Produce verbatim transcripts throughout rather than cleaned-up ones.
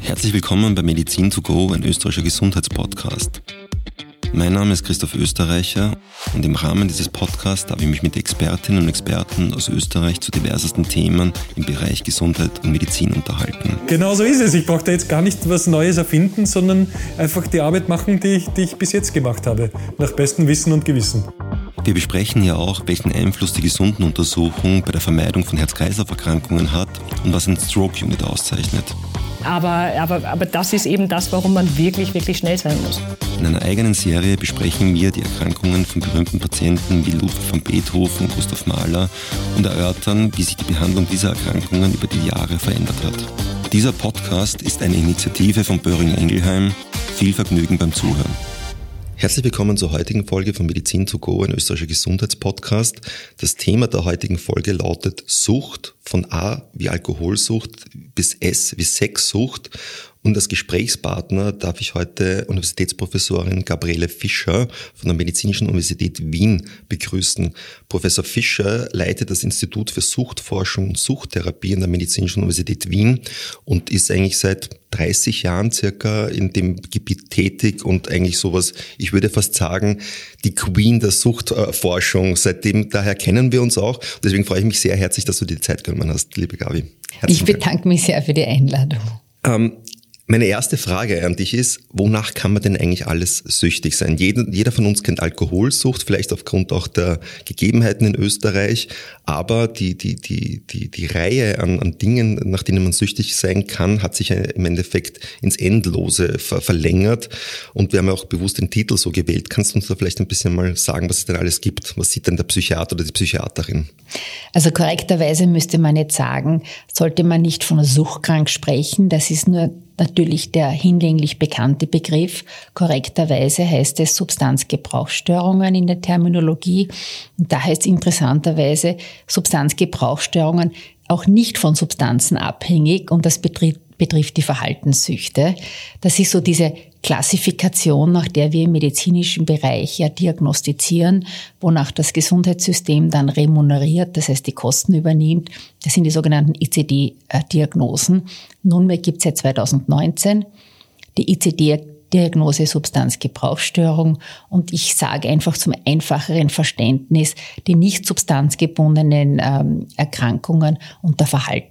Herzlich willkommen bei Medizin to go, ein österreichischer Gesundheitspodcast. Mein Name ist Christoph Österreicher und im Rahmen dieses Podcasts darf ich mich mit Expertinnen und Experten aus Österreich zu diversesten Themen im Bereich Gesundheit und Medizin unterhalten. Genau so ist es. Ich brauche da jetzt gar nicht was Neues erfinden, sondern einfach die Arbeit machen, die ich, die ich bis jetzt gemacht habe, nach bestem Wissen und Gewissen. Wir besprechen ja auch, welchen Einfluss die Gesundenuntersuchung bei der Vermeidung von Herz-Kreislauf-Erkrankungen hat und was ein Stroke-Unit auszeichnet. Aber, aber, aber das ist eben das, warum man wirklich, wirklich schnell sein muss. In einer eigenen Serie besprechen wir die Erkrankungen von berühmten Patienten wie Ludwig van Beethoven und Gustav Mahler und erörtern, wie sich die Behandlung dieser Erkrankungen über die Jahre verändert hat. Dieser Podcast ist eine Initiative von Boehringer Ingelheim. Viel Vergnügen beim Zuhören. Herzlich willkommen zur heutigen Folge von Medizin to go, ein österreichischer Gesundheitspodcast. Das Thema der heutigen Folge lautet Sucht, von A wie Alkoholsucht bis S wie Sexsucht. Und als Gesprächspartner darf ich heute Universitätsprofessorin Gabriele Fischer von der Medizinischen Universität Wien begrüßen. Professor Fischer leitet das Institut für Suchtforschung und Suchttherapie an der Medizinischen Universität Wien und ist eigentlich seit dreißig Jahren circa in dem Gebiet tätig und eigentlich sowas, ich würde fast sagen, die Queen der Suchtforschung. Seitdem, daher kennen wir uns auch. Deswegen freue ich mich sehr herzlich, dass du dir die Zeit genommen hast, liebe Gabi. Ich bedanke mich sehr für die Einladung. Ähm, Meine erste Frage an dich ist, wonach kann man denn eigentlich alles süchtig sein? Jeder, jeder von uns kennt Alkoholsucht, vielleicht aufgrund auch der Gegebenheiten in Österreich, aber die, die, die, die, die Reihe an, an Dingen, nach denen man süchtig sein kann, hat sich im Endeffekt ins Endlose ver- verlängert und wir haben ja auch bewusst den Titel so gewählt. Kannst du uns da vielleicht ein bisschen mal sagen, was es denn alles gibt? Was sieht denn der Psychiater oder die Psychiaterin? Also korrekterweise müsste man jetzt sagen, sollte man nicht von suchtkrank sprechen, das ist nur natürlich der hinlänglich bekannte Begriff. Korrekterweise heißt es Substanzgebrauchsstörungen in der Terminologie. Und da heißt es interessanterweise Substanzgebrauchsstörungen auch nicht von Substanzen abhängig und das betrifft betrifft die Verhaltenssüchte. Das ist so diese Klassifikation, nach der wir im medizinischen Bereich ja diagnostizieren, wonach das Gesundheitssystem dann remuneriert, das heißt die Kosten übernimmt. Das sind die sogenannten I C D-Diagnosen. Nunmehr gibt es seit zweitausendneunzehn die I C D-Diagnose Substanzgebrauchsstörung und ich sage einfach zum einfacheren Verständnis die nicht substanzgebundenen ähm, Erkrankungen unter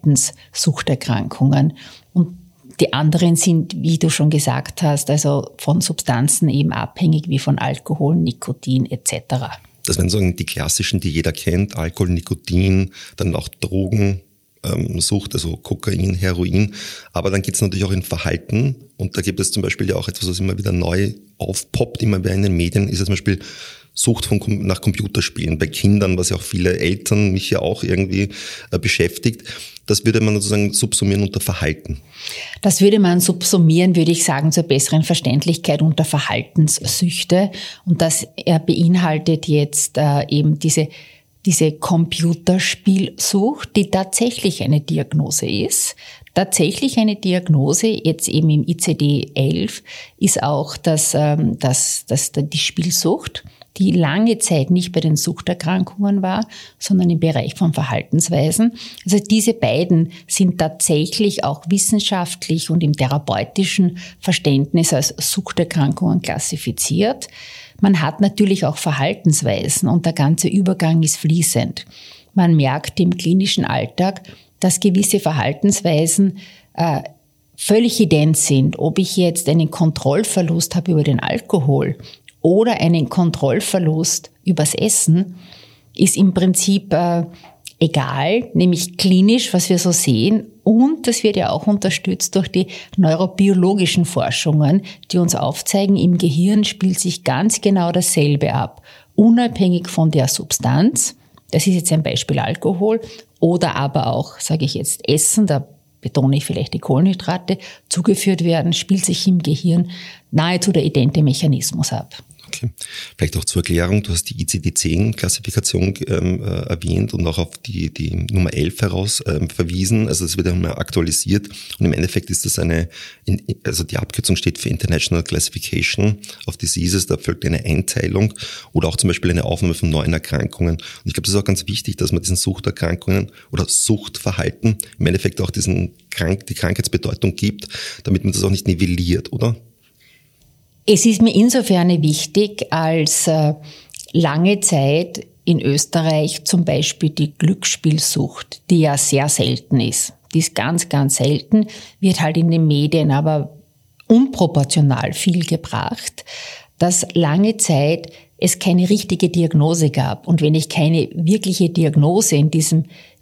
Verhaltenssuchterkrankungen. Und die anderen sind, wie du schon gesagt hast, also von Substanzen eben abhängig wie von Alkohol, Nikotin et cetera. Das wären so die klassischen, die jeder kennt, Alkohol, Nikotin, dann auch Drogen. Sucht, also Kokain, Heroin, aber dann geht es natürlich auch in Verhalten und da gibt es zum Beispiel ja auch etwas, was immer wieder neu aufpoppt, immer wieder in den Medien, ist zum Beispiel Sucht von, nach Computerspielen bei Kindern, was ja auch viele Eltern, mich ja auch irgendwie äh, beschäftigt. Das würde man sozusagen subsumieren unter Verhalten. Das würde man subsumieren, würde ich sagen, zur besseren Verständlichkeit unter Verhaltenssüchte und das äh, beinhaltet jetzt äh, eben diese diese Computerspielsucht, die tatsächlich eine Diagnose ist. Tatsächlich eine Diagnose, jetzt eben im I C D elf, ist auch das, das, das, die Spielsucht, die lange Zeit nicht bei den Suchterkrankungen war, sondern im Bereich von Verhaltensweisen. Also diese beiden sind tatsächlich auch wissenschaftlich und im therapeutischen Verständnis als Suchterkrankungen klassifiziert. Man hat natürlich auch Verhaltensweisen und der ganze Übergang ist fließend. Man merkt im klinischen Alltag, dass gewisse Verhaltensweisen äh, völlig ident sind. Ob ich jetzt einen Kontrollverlust habe über den Alkohol oder einen Kontrollverlust übers Essen, ist im Prinzip äh, egal, nämlich klinisch, was wir so sehen. Und das wird ja auch unterstützt durch die neurobiologischen Forschungen, die uns aufzeigen, im Gehirn spielt sich ganz genau dasselbe ab, unabhängig von der Substanz. Das ist jetzt ein Beispiel Alkohol oder aber auch, sage ich jetzt, Essen, da betone ich vielleicht die Kohlenhydrate, zugeführt werden, spielt sich im Gehirn nahezu der idente Mechanismus ab. Okay. Vielleicht auch zur Erklärung, du hast die I C D zehn Klassifikation ähm, äh, erwähnt und auch auf die, die Nummer elf heraus ähm, verwiesen. Also es wird einmal aktualisiert und im Endeffekt ist das eine, in, also die Abkürzung steht für International Classification of Diseases, da folgt eine Einteilung oder auch zum Beispiel eine Aufnahme von neuen Erkrankungen. Und ich glaube, das ist auch ganz wichtig, dass man diesen Suchterkrankungen oder Suchtverhalten im Endeffekt auch diesen Krank, die Krankheitsbedeutung gibt, damit man das auch nicht nivelliert, oder? Es ist mir insofern wichtig, als äh, lange Zeit in Österreich zum Beispiel die Glücksspielsucht, die ja sehr selten ist, die ist ganz, ganz selten, wird halt in den Medien aber unproportional viel gebracht, dass lange Zeit es keine richtige Diagnose gab. Und wenn ich keine wirkliche Diagnose in diesem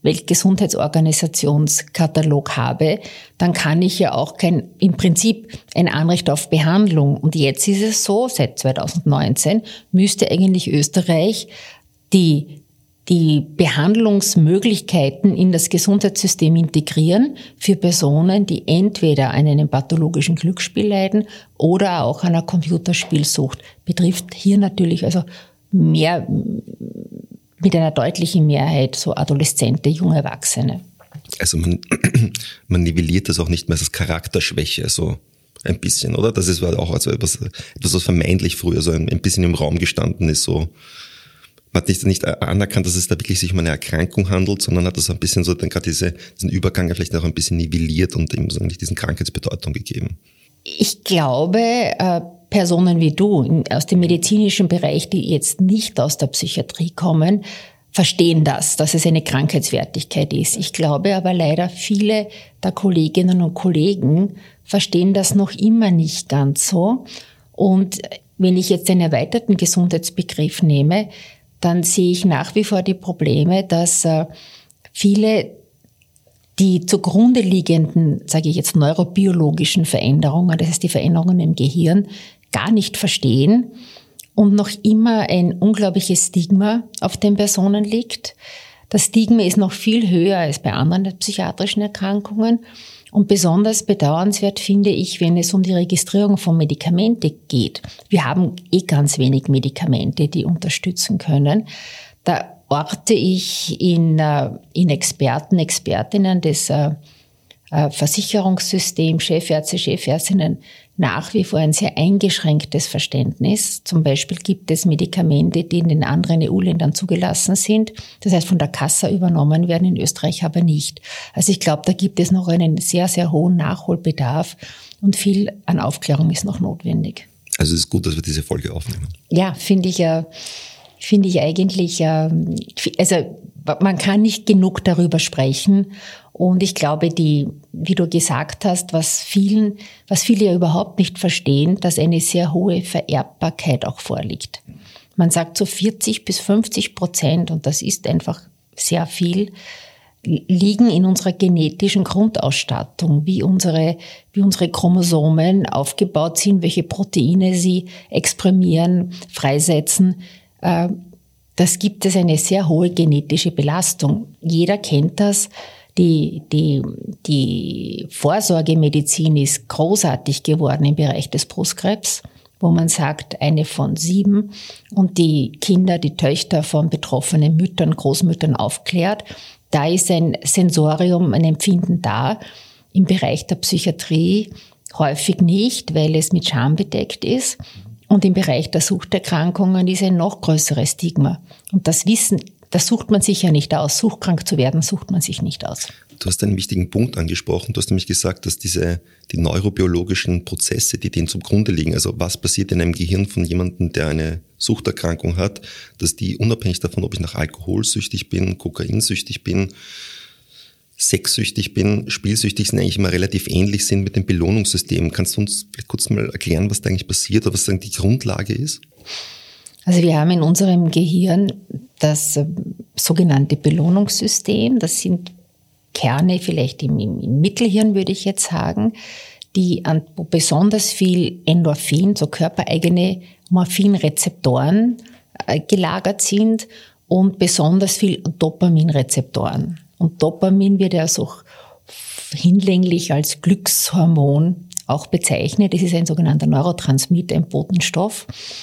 Weltgesundheitsorganisationskatalog habe, dann kann ich ja auch kein, im Prinzip ein Anrecht auf Behandlung. Und jetzt ist es so, seit zwanzig neunzehn müsste eigentlich Österreich die, die Behandlungsmöglichkeiten in das Gesundheitssystem integrieren für Personen, die entweder an einem pathologischen Glücksspiel leiden oder auch an einer Computerspielsucht. Betrifft hier natürlich also mehr, mit einer deutlichen Mehrheit so Adoleszente, junge Erwachsene. Also man, man nivelliert das auch nicht mehr als Charakterschwäche, so ein bisschen, oder? Das ist auch also etwas, etwas, was vermeintlich früher so ein, ein bisschen im Raum gestanden ist, so. Man hat nicht, nicht anerkannt, dass es da wirklich sich um eine Erkrankung handelt, sondern hat das ein bisschen so dann gerade diese, diesen Übergang vielleicht auch ein bisschen nivelliert und ihm so eigentlich diesen Krankheitsbedeutung gegeben. Ich glaube, äh, Personen wie du in, aus dem medizinischen Bereich, die jetzt nicht aus der Psychiatrie kommen, verstehen das, dass es eine Krankheitswertigkeit ist. Ich glaube aber leider, viele der Kolleginnen und Kollegen verstehen das noch immer nicht ganz so. Und wenn ich jetzt den erweiterten Gesundheitsbegriff nehme, dann sehe ich nach wie vor die Probleme, dass äh, viele die zugrunde liegenden, sage ich jetzt, neurobiologischen Veränderungen, das heißt die Veränderungen im Gehirn, gar nicht verstehen und noch immer ein unglaubliches Stigma auf den Personen liegt. Das Stigma ist noch viel höher als bei anderen psychiatrischen Erkrankungen. Und besonders bedauernswert finde ich, wenn es um die Registrierung von Medikamenten geht. Wir haben eh ganz wenig Medikamente, die unterstützen können. Da orte ich in, in Experten, Expertinnen des Versicherungssystems, Chefärzte, Chefärztinnen nach wie vor ein sehr eingeschränktes Verständnis. Zum Beispiel gibt es Medikamente, die in den anderen E U-Ländern zugelassen sind. Das heißt, von der Kassa übernommen werden, in Österreich aber nicht. Also ich glaube, da gibt es noch einen sehr, sehr hohen Nachholbedarf und viel an Aufklärung ist noch notwendig. Also es ist gut, dass wir diese Folge aufnehmen. Ja, finde ich, äh, finde ich eigentlich, äh, also man kann nicht genug darüber sprechen. Und ich glaube, die, wie du gesagt hast, was vielen, was viele ja überhaupt nicht verstehen, dass eine sehr hohe Vererbbarkeit auch vorliegt. Man sagt so vierzig bis fünfzig Prozent, und das ist einfach sehr viel, liegen in unserer genetischen Grundausstattung, wie unsere, wie unsere Chromosomen aufgebaut sind, welche Proteine sie exprimieren, freisetzen. Das gibt es eine sehr hohe genetische Belastung. Jeder kennt das. Die, die, die Vorsorgemedizin ist großartig geworden im Bereich des Brustkrebs, wo man sagt, eine von sieben und die Kinder, die Töchter von betroffenen Müttern, Großmüttern aufklärt. Da ist ein Sensorium, ein Empfinden da. Im Bereich der Psychiatrie häufig nicht, weil es mit Scham bedeckt ist. Und im Bereich der Suchterkrankungen ist ein noch größeres Stigma. Und das Wissen, das sucht man sich ja nicht aus. Suchtkrank zu werden, sucht man sich nicht aus. Du hast einen wichtigen Punkt angesprochen. Du hast nämlich gesagt, dass diese, die neurobiologischen Prozesse, die denen zugrunde liegen, also was passiert in einem Gehirn von jemandem, der eine Suchterkrankung hat, dass die unabhängig davon, ob ich nach Alkohol süchtig bin, kokainsüchtig bin, sexsüchtig bin, spielsüchtig sind, eigentlich immer relativ ähnlich sind mit dem Belohnungssystem. Kannst du uns vielleicht kurz mal erklären, was da eigentlich passiert oder was dann die Grundlage ist? Also wir haben in unserem Gehirn das äh, sogenannte Belohnungssystem. Das sind Kerne vielleicht im, im Mittelhirn, würde ich jetzt sagen, die an wo besonders viel Endorphin, so körpereigene Morphinrezeptoren äh, gelagert sind und besonders viel Dopaminrezeptoren. Und Dopamin wird ja so hinlänglich als Glückshormon auch bezeichnet. Das ist ein sogenannter Neurotransmitter, ein Botenstoff.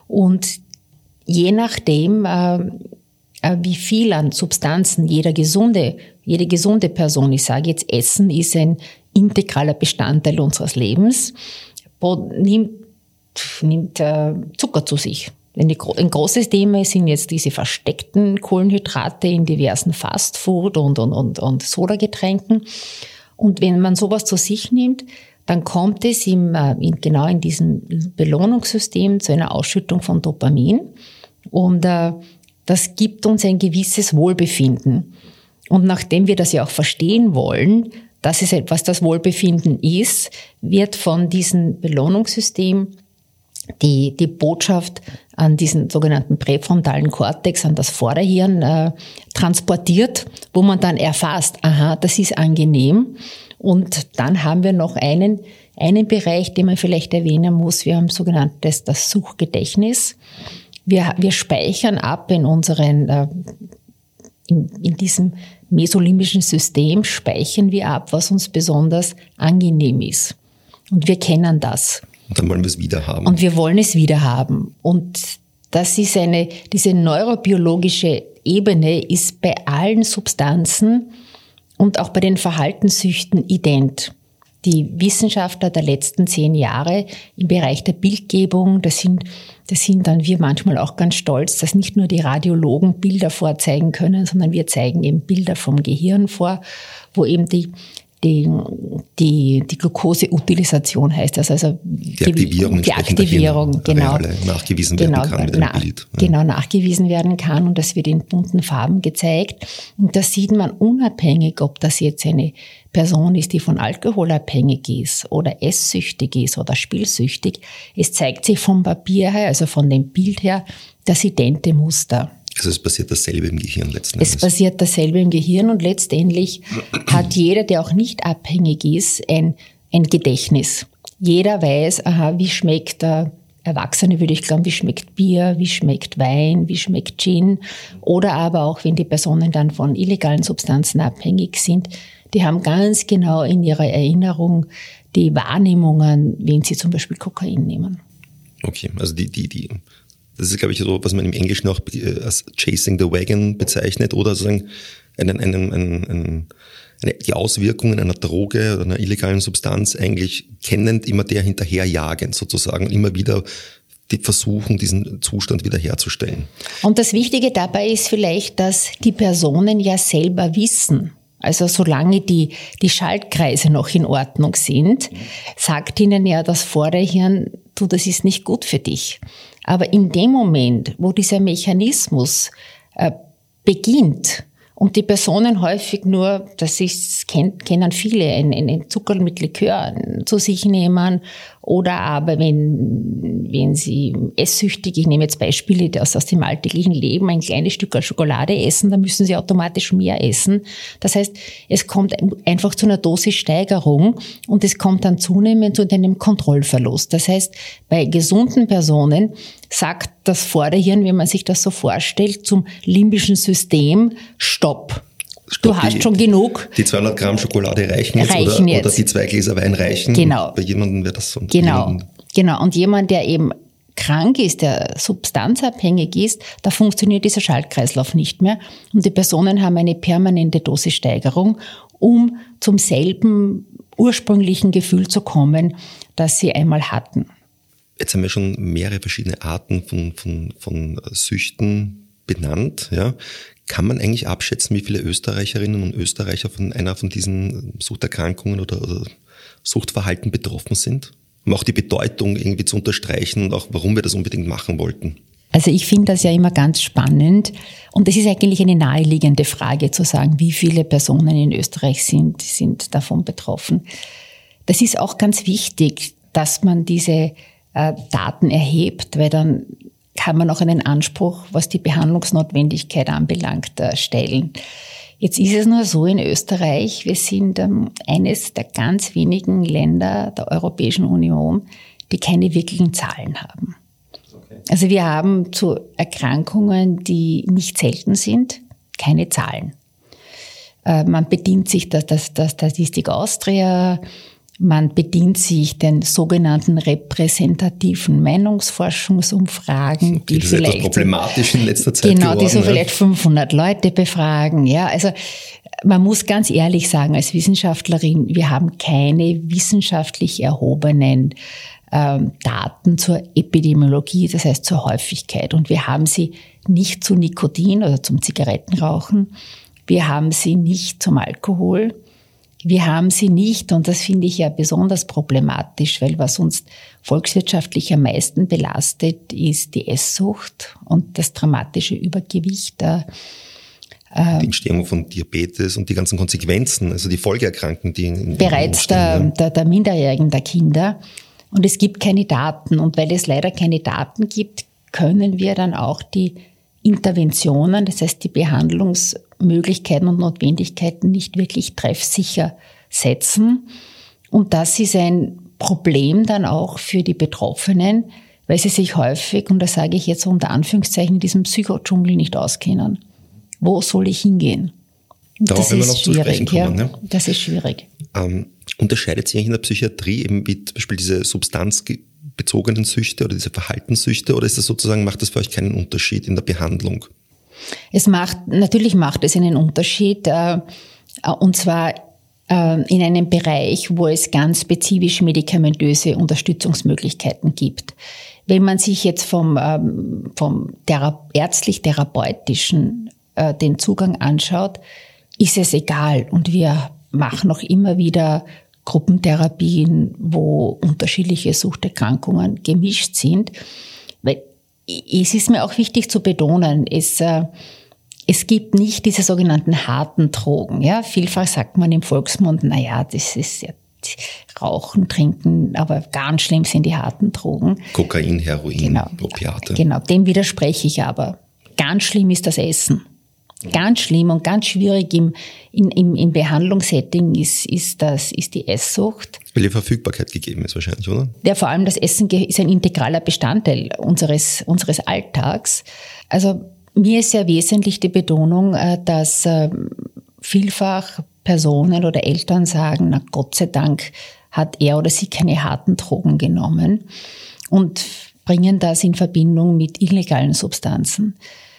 Und je nachdem, äh, wie viel an Substanzen jeder gesunde, jede gesunde Person, ich sage jetzt, Essen ist ein integraler Bestandteil unseres Lebens, nimmt, nimmt äh, Zucker zu sich. Ein großes Thema sind jetzt diese versteckten Kohlenhydrate in diversen Fastfood und, und, und, und Sodagetränken. Und wenn man sowas zu sich nimmt, dann kommt es im, in, genau in diesem Belohnungssystem zu einer Ausschüttung von Dopamin. Und äh, das gibt uns ein gewisses Wohlbefinden. Und nachdem wir das ja auch verstehen wollen, dass es etwas das Wohlbefinden ist, wird von diesem Belohnungssystem die, die Botschaft an diesen sogenannten präfrontalen Kortex, an das Vorderhirn äh, transportiert, wo man dann erfasst, aha, das ist angenehm. Und dann haben wir noch einen, einen Bereich, den man vielleicht erwähnen muss. Wir haben sogenanntes das Suchgedächtnis. Wir, wir speichern ab in unseren, äh, in, in diesem mesolimbischen System speichern wir ab, was uns besonders angenehm ist. Und wir kennen das. Und dann wollen wir es wieder haben. Und wir wollen es wieder haben. Und das ist eine, diese neurobiologische Ebene ist bei allen Substanzen und auch bei den Verhaltenssüchten ident. Die Wissenschaftler der letzten zehn Jahre im Bereich der Bildgebung, das sind, das sind dann wir manchmal auch ganz stolz, dass nicht nur die Radiologen Bilder vorzeigen können, sondern wir zeigen eben Bilder vom Gehirn vor, wo eben die Die, die, die Glukoseutilisation heißt das, also die Aktivierung, die Aktivierung genau, nachgewiesen genau, werden kann mit nach, einem Bild. Ja. Genau, nachgewiesen werden kann und das wird in bunten Farben gezeigt. Und das sieht man unabhängig, ob das jetzt eine Person ist, die von Alkohol abhängig ist oder esssüchtig ist oder spielsüchtig. Es zeigt sich vom Papier her, also von dem Bild her, das idente Muster. Also es passiert dasselbe im Gehirn letzten Endes. Es passiert dasselbe im Gehirn und letztendlich hat jeder, der auch nicht abhängig ist, ein, ein Gedächtnis. Jeder weiß, aha, wie schmeckt der Erwachsene, würde ich glauben, wie schmeckt Bier, wie schmeckt Wein, wie schmeckt Gin. Oder aber auch, wenn die Personen dann von illegalen Substanzen abhängig sind, die haben ganz genau in ihrer Erinnerung die Wahrnehmungen, wenn sie zum Beispiel Kokain nehmen. Okay, also die, die, die das ist, glaube ich, so, was man im Englischen auch als Chasing the Wagon bezeichnet oder sozusagen einen, einen, einen, einen, eine, die Auswirkungen einer Droge oder einer illegalen Substanz eigentlich kennend immer der hinterherjagend sozusagen, immer wieder die versuchen, diesen Zustand wiederherzustellen. Und das Wichtige dabei ist vielleicht, dass die Personen ja selber wissen, also solange die, die Schaltkreise noch in Ordnung sind, sagt ihnen ja das Vorderhirn, du, das ist nicht gut für dich. Aber in dem Moment, wo dieser Mechanismus äh, beginnt und die Personen häufig nur, das ist, kennt, kennen viele, einen Zucker mit Likör zu sich nehmen oder aber wenn, wenn sie esssüchtig, ich nehme jetzt Beispiele aus, aus dem alltäglichen Leben, ein kleines Stück Schokolade essen, dann müssen sie automatisch mehr essen. Das heißt, es kommt einfach zu einer Dosissteigerung und es kommt dann zunehmend zu einem Kontrollverlust. Das heißt, bei gesunden Personen sagt das Vorderhirn, wenn man sich das so vorstellt, zum limbischen System, Stopp. Stopp, du hast die, schon genug. Die zweihundert Gramm Schokolade reichen jetzt, reichen oder, jetzt. oder die zwei Gläser Wein reichen. Genau. Bei jemandem wäre das so. Genau, genau. Und jemand, der eben krank ist, der substanzabhängig ist, da funktioniert dieser Schaltkreislauf nicht mehr. Und die Personen haben eine permanente Dosissteigerung, um zum selben ursprünglichen Gefühl zu kommen, das sie einmal hatten. Jetzt haben wir schon mehrere verschiedene Arten von, von, von Süchten benannt. Ja. Kann man eigentlich abschätzen, wie viele Österreicherinnen und Österreicher von einer von diesen Suchterkrankungen oder, oder Suchtverhalten betroffen sind? Um auch die Bedeutung irgendwie zu unterstreichen und auch, warum wir das unbedingt machen wollten. Also ich finde das ja immer ganz spannend und es ist eigentlich eine naheliegende Frage zu sagen, wie viele Personen in Österreich sind, sind davon betroffen. Das ist auch ganz wichtig, dass man diese äh, Daten erhebt, weil dann kann man auch einen Anspruch, was die Behandlungsnotwendigkeit anbelangt, äh, stellen. Jetzt ist es nur so in Österreich, wir sind ähm, eines der ganz wenigen Länder der Europäischen Union, die keine wirklichen Zahlen haben. Okay. Also wir haben zu Erkrankungen, die nicht selten sind, keine Zahlen. Äh, man bedient sich der, der, der Statistik Austria, Man bedient sich den sogenannten repräsentativen Meinungsforschungsumfragen, okay, die das vielleicht ist etwas problematisch in letzter Zeit genau, geworden, die so ja. vielleicht fünfhundert Leute befragen. Ja, also man muss ganz ehrlich sagen, als Wissenschaftlerin, wir haben keine wissenschaftlich erhobenen ähm, Daten zur Epidemiologie, das heißt zur Häufigkeit. Und wir haben sie nicht zu Nikotin oder zum Zigarettenrauchen. Wir haben sie nicht zum Alkohol. Wir haben sie nicht, und das finde ich ja besonders problematisch, weil was uns volkswirtschaftlich am meisten belastet, ist die Esssucht und das dramatische Übergewicht. Die Entstehung von Diabetes und die ganzen Konsequenzen, also die Folgeerkrankungen, die in, bereits der, der, der Minderjährigen, der Kinder. Und es gibt keine Daten. Und weil es leider keine Daten gibt, können wir dann auch die Interventionen, das heißt die Behandlungsmöglichkeiten und Notwendigkeiten nicht wirklich treffsicher setzen. Und das ist ein Problem dann auch für die Betroffenen, weil sie sich häufig, und das sage ich jetzt unter Anführungszeichen, in diesem Psychodschungel nicht auskennen. Wo soll ich hingehen? Und Darauf das werden wir ist noch zu sprechen schwierig, kommen, ja. Ne? Das ist schwierig. Ähm, unterscheidet sich eigentlich in der Psychiatrie eben wie zum Beispiel diese substanzbezogenen Süchte oder diese Verhaltenssüchte, oder ist das sozusagen, macht das für euch keinen Unterschied in der Behandlung? Es macht, natürlich macht es einen Unterschied, äh, und zwar äh, in einem Bereich, wo es ganz spezifisch medikamentöse Unterstützungsmöglichkeiten gibt. Wenn man sich jetzt vom, ähm, vom Thera- ärztlich-therapeutischen äh, den Zugang anschaut, ist es egal. Und wir machen auch immer wieder Gruppentherapien, wo unterschiedliche Suchterkrankungen gemischt sind. Weil es ist mir auch wichtig zu betonen, es, äh, es gibt nicht diese sogenannten harten Drogen. Ja? Vielfach sagt man im Volksmund, na ja, das ist ja Rauchen, Trinken, aber ganz schlimm sind die harten Drogen. Kokain, Heroin, genau, Opiate. Genau, dem widerspreche ich aber. Ganz schlimm ist das Essen. Ganz schlimm und ganz schwierig im, in, im, im Behandlungssetting ist, ist, das, ist die Esssucht. Weil die Verfügbarkeit gegeben ist wahrscheinlich, oder? Ja, vor allem das Essen ist ein integraler Bestandteil unseres, unseres Alltags. Also mir ist sehr wesentlich die Betonung, dass vielfach Personen oder Eltern sagen, na Gott sei Dank hat er oder sie keine harten Drogen genommen, und bringen das in Verbindung mit illegalen Substanzen.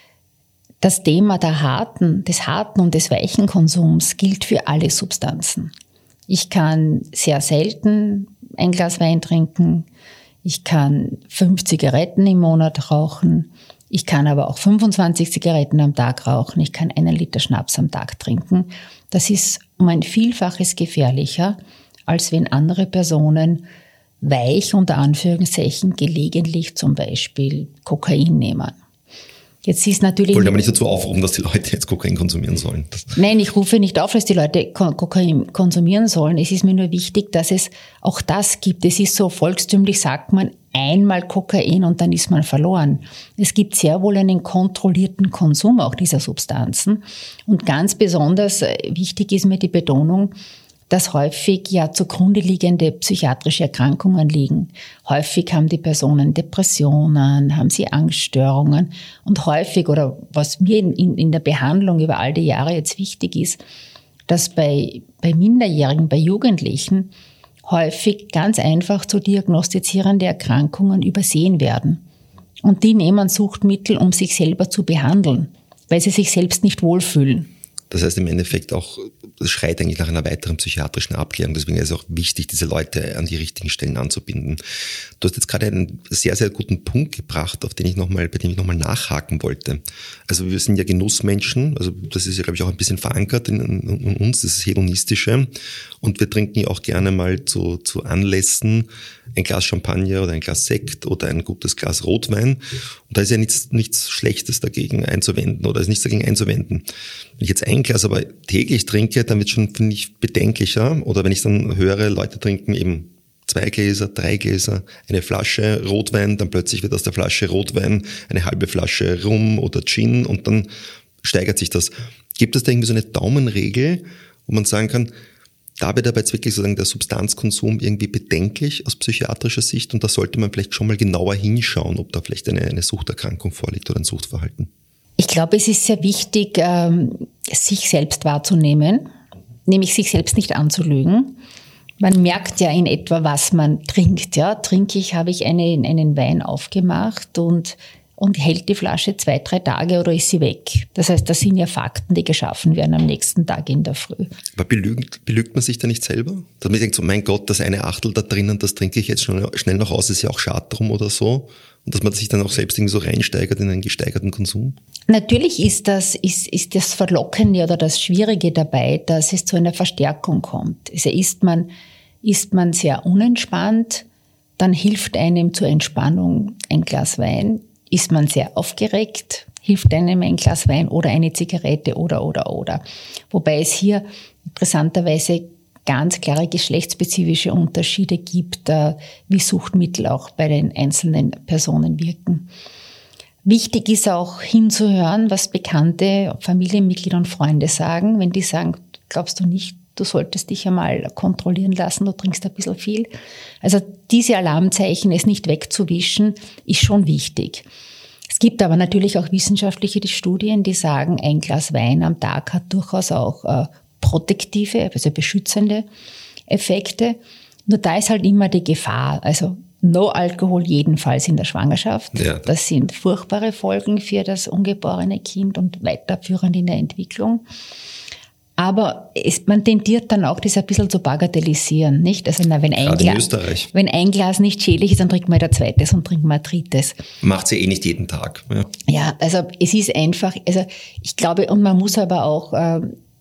Das Thema der harten, des harten und des weichen Konsums gilt für alle Substanzen. Ich kann sehr selten ein Glas Wein trinken, ich kann fünf Zigaretten im Monat rauchen, ich kann aber auch fünfundzwanzig Zigaretten am Tag rauchen, ich kann einen Liter Schnaps am Tag trinken. Das ist um ein Vielfaches gefährlicher, als wenn andere Personen weich unter Anführungszeichen gelegentlich zum Beispiel Kokain nehmen. Jetzt ist natürlich. Ich wollte aber nicht dazu aufrufen, dass die Leute jetzt Kokain konsumieren sollen. Das Nein, ich rufe nicht auf, dass die Leute Kokain konsumieren sollen. Es ist mir nur wichtig, dass es auch das gibt. Es ist so volkstümlich, sagt man, einmal Kokain und dann ist man verloren. Es gibt sehr wohl einen kontrollierten Konsum auch dieser Substanzen. Und ganz besonders wichtig ist mir die Betonung, dass häufig ja zugrunde liegende psychiatrische Erkrankungen liegen. Häufig haben die Personen Depressionen, haben sie Angststörungen, und häufig, oder was mir in, in, in der Behandlung über all die Jahre jetzt wichtig ist, dass bei, bei Minderjährigen, bei Jugendlichen häufig ganz einfach zu diagnostizierende Erkrankungen übersehen werden. Und die nehmen Suchtmittel, um sich selber zu behandeln, weil sie sich selbst nicht wohlfühlen. Das heißt im Endeffekt auch, das schreit eigentlich nach einer weiteren psychiatrischen Abklärung. Deswegen ist es auch wichtig, diese Leute an die richtigen Stellen anzubinden. Du hast jetzt gerade einen sehr, sehr guten Punkt gebracht, auf den ich noch mal, bei dem ich nochmal nachhaken wollte. Also wir sind ja Genussmenschen, also das ist ja, glaube ich, auch ein bisschen verankert in, in uns, das ist Hedonistische. Und wir trinken ja auch gerne mal zu, zu Anlässen ein Glas Champagner oder ein Glas Sekt oder ein gutes Glas Rotwein. Und da ist ja nichts, nichts Schlechtes dagegen einzuwenden oder ist nichts dagegen einzuwenden. Wenn ich jetzt ein Glas aber täglich trinke, dann wird schon, finde ich, bedenklicher. Oder wenn ich dann höre, Leute trinken eben zwei Gläser, drei Gläser, eine Flasche Rotwein, dann plötzlich wird aus der Flasche Rotwein eine halbe Flasche Rum oder Gin und dann steigert sich das. Gibt es da irgendwie so eine Daumenregel, wo man sagen kann, da wird aber jetzt wirklich sozusagen der Substanzkonsum irgendwie bedenklich aus psychiatrischer Sicht und da sollte man vielleicht schon mal genauer hinschauen, ob da vielleicht eine, eine Suchterkrankung vorliegt oder ein Suchtverhalten? Ich glaube, es ist sehr wichtig, sich selbst wahrzunehmen, nämlich sich selbst nicht anzulügen. Man merkt ja in etwa, was man trinkt. Ja, trinke ich, habe ich einen, einen Wein aufgemacht und und hält die Flasche zwei, drei Tage oder ist sie weg. Das heißt, das sind ja Fakten, die geschaffen werden am nächsten Tag in der Früh. Aber belügt, belügt man sich da nicht selber? Dass man denkt so, mein Gott, das eine Achtel da drinnen, das trinke ich jetzt schnell, schnell noch aus, ist ja auch schade drum oder so. Und dass man sich dann auch selbst irgendwie so reinsteigert in einen gesteigerten Konsum? Natürlich ist das, ist, ist das Verlockende oder das Schwierige dabei, dass es zu einer Verstärkung kommt. Also ist man, ist man sehr unentspannt, dann hilft einem zur Entspannung ein Glas Wein. Ist man sehr aufgeregt, hilft einem ein Glas Wein oder eine Zigarette oder, oder, oder. Wobei es hier interessanterweise ganz klare geschlechtsspezifische Unterschiede gibt, wie Suchtmittel auch bei den einzelnen Personen wirken. Wichtig ist auch hinzuhören, was Bekannte, Familienmitglieder und Freunde sagen. Wenn die sagen, glaubst du nicht, du solltest dich einmal kontrollieren lassen, du trinkst ein bisschen viel. Also diese Alarmzeichen, es nicht wegzuwischen, ist schon wichtig. Es gibt aber natürlich auch wissenschaftliche Studien, die sagen, ein Glas Wein am Tag hat durchaus auch äh, protektive, also beschützende Effekte. Nur da ist halt immer die Gefahr, also No Alkohol jedenfalls in der Schwangerschaft. Ja. Das sind furchtbare Folgen für das ungeborene Kind und weiterführend in der Entwicklung. Aber es, man tendiert dann auch, das ein bisschen zu bagatellisieren, nicht? Also, na, wenn ein Glas, wenn ein Glas nicht schädlich ist, dann trinkt man ein zweites und trinkt man ein drittes. Macht sie eh nicht jeden Tag. Ja, ja, also, es ist einfach, also, ich glaube, und man muss aber auch, äh,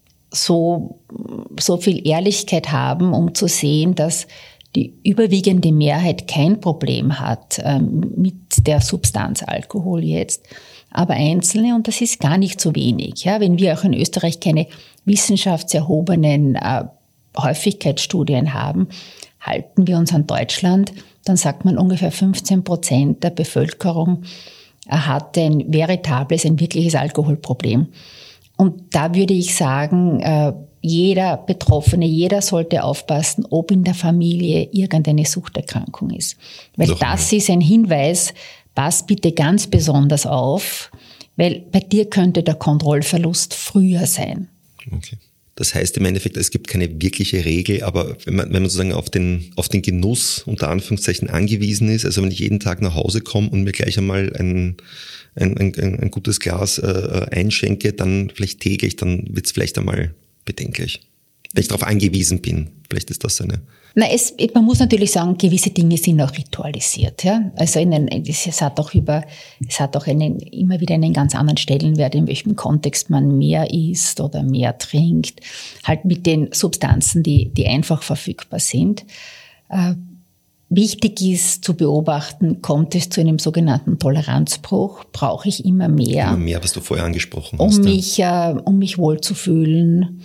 so, so viel Ehrlichkeit haben, um zu sehen, dass die überwiegende Mehrheit kein Problem hat, äh, mit der Substanz Alkohol jetzt. Aber Einzelne, und das ist gar nicht so wenig. Ja, wenn wir auch in Österreich keine wissenschaftserhobenen äh, Häufigkeitsstudien haben, halten wir uns an Deutschland, dann sagt man, ungefähr fünfzehn Prozent der Bevölkerung äh, hat ein veritables, ein wirkliches Alkoholproblem. Und da würde ich sagen, äh, jeder Betroffene, jeder sollte aufpassen, ob in der Familie irgendeine Suchterkrankung ist. Weil Doch, das ja. ist ein Hinweis, pass bitte ganz besonders auf, weil bei dir könnte der Kontrollverlust früher sein. Okay. Das heißt im Endeffekt, es gibt keine wirkliche Regel, aber wenn man, wenn man sozusagen auf den, auf den Genuss unter Anführungszeichen angewiesen ist, also wenn ich jeden Tag nach Hause komme und mir gleich einmal ein, ein, ein, ein gutes Glas äh, einschenke, dann vielleicht täglich, dann wird es vielleicht einmal bedenklich. Wenn ich darauf angewiesen bin, vielleicht ist das eine... Na, es, man muss natürlich sagen, gewisse Dinge sind auch ritualisiert, ja. Also in einen, es hat auch über, es hat auch einen, immer wieder einen ganz anderen Stellenwert, in welchem Kontext man mehr isst oder mehr trinkt. Halt mit den Substanzen, die, die einfach verfügbar sind. Äh, wichtig ist zu beobachten, kommt es zu einem sogenannten Toleranzbruch? Brauche ich immer mehr? Immer mehr, was du vorher angesprochen um hast. Mich, äh, um mich wohlzufühlen.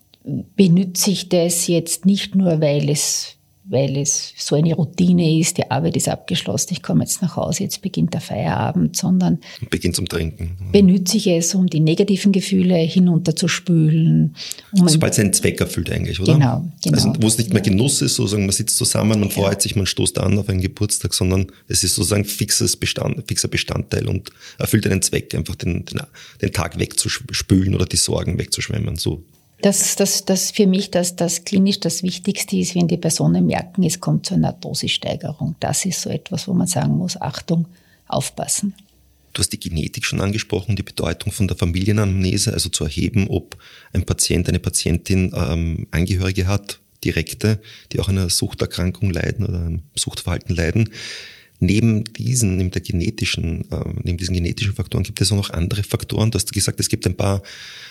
Benütze ich das jetzt nicht nur, weil es, weil es so eine Routine ist, die Arbeit ist abgeschlossen, ich komme jetzt nach Hause, jetzt beginnt der Feierabend, sondern beginnt zum Trinken. Benütze ich es, um die negativen Gefühle hinunterzuspülen. Um Sobald es einen Zweck erfüllt eigentlich, oder? Genau, genau. Also wo es nicht mehr Genuss ist, sozusagen man sitzt zusammen, man ja. freut sich, man stoßt an auf einen Geburtstag, sondern es ist sozusagen fixes Bestand, fixer Bestandteil und erfüllt einen Zweck, einfach den, den, den Tag wegzuspülen oder die Sorgen wegzuschwemmen, so. Das, das, das für mich, das, das klinisch das Wichtigste ist, wenn die Personen merken, es kommt zu einer Dosissteigerung. Das ist so etwas, wo man sagen muss, Achtung, aufpassen. Du hast die Genetik schon angesprochen, die Bedeutung von der Familienanamnese, also zu erheben, ob ein Patient, eine Patientin ähm, Angehörige hat, direkte, die auch an einer Suchterkrankung leiden oder einem Suchtverhalten leiden. Neben diesen, neben der genetischen, äh, neben diesen genetischen Faktoren gibt es auch noch andere Faktoren. Du hast gesagt, es gibt ein paar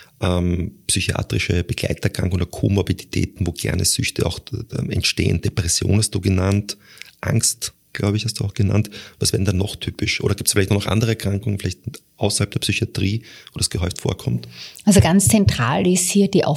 ähm, psychiatrische Begleiterkrankungen oder Komorbiditäten, wo gerne Süchte auch äh, entstehen. Depression hast du genannt, Angst, glaube ich, hast du auch genannt. Was wären da noch typisch? Oder gibt es vielleicht noch andere Erkrankungen, vielleicht außerhalb der Psychiatrie, wo das gehäuft vorkommt? Also ganz zentral ist hier die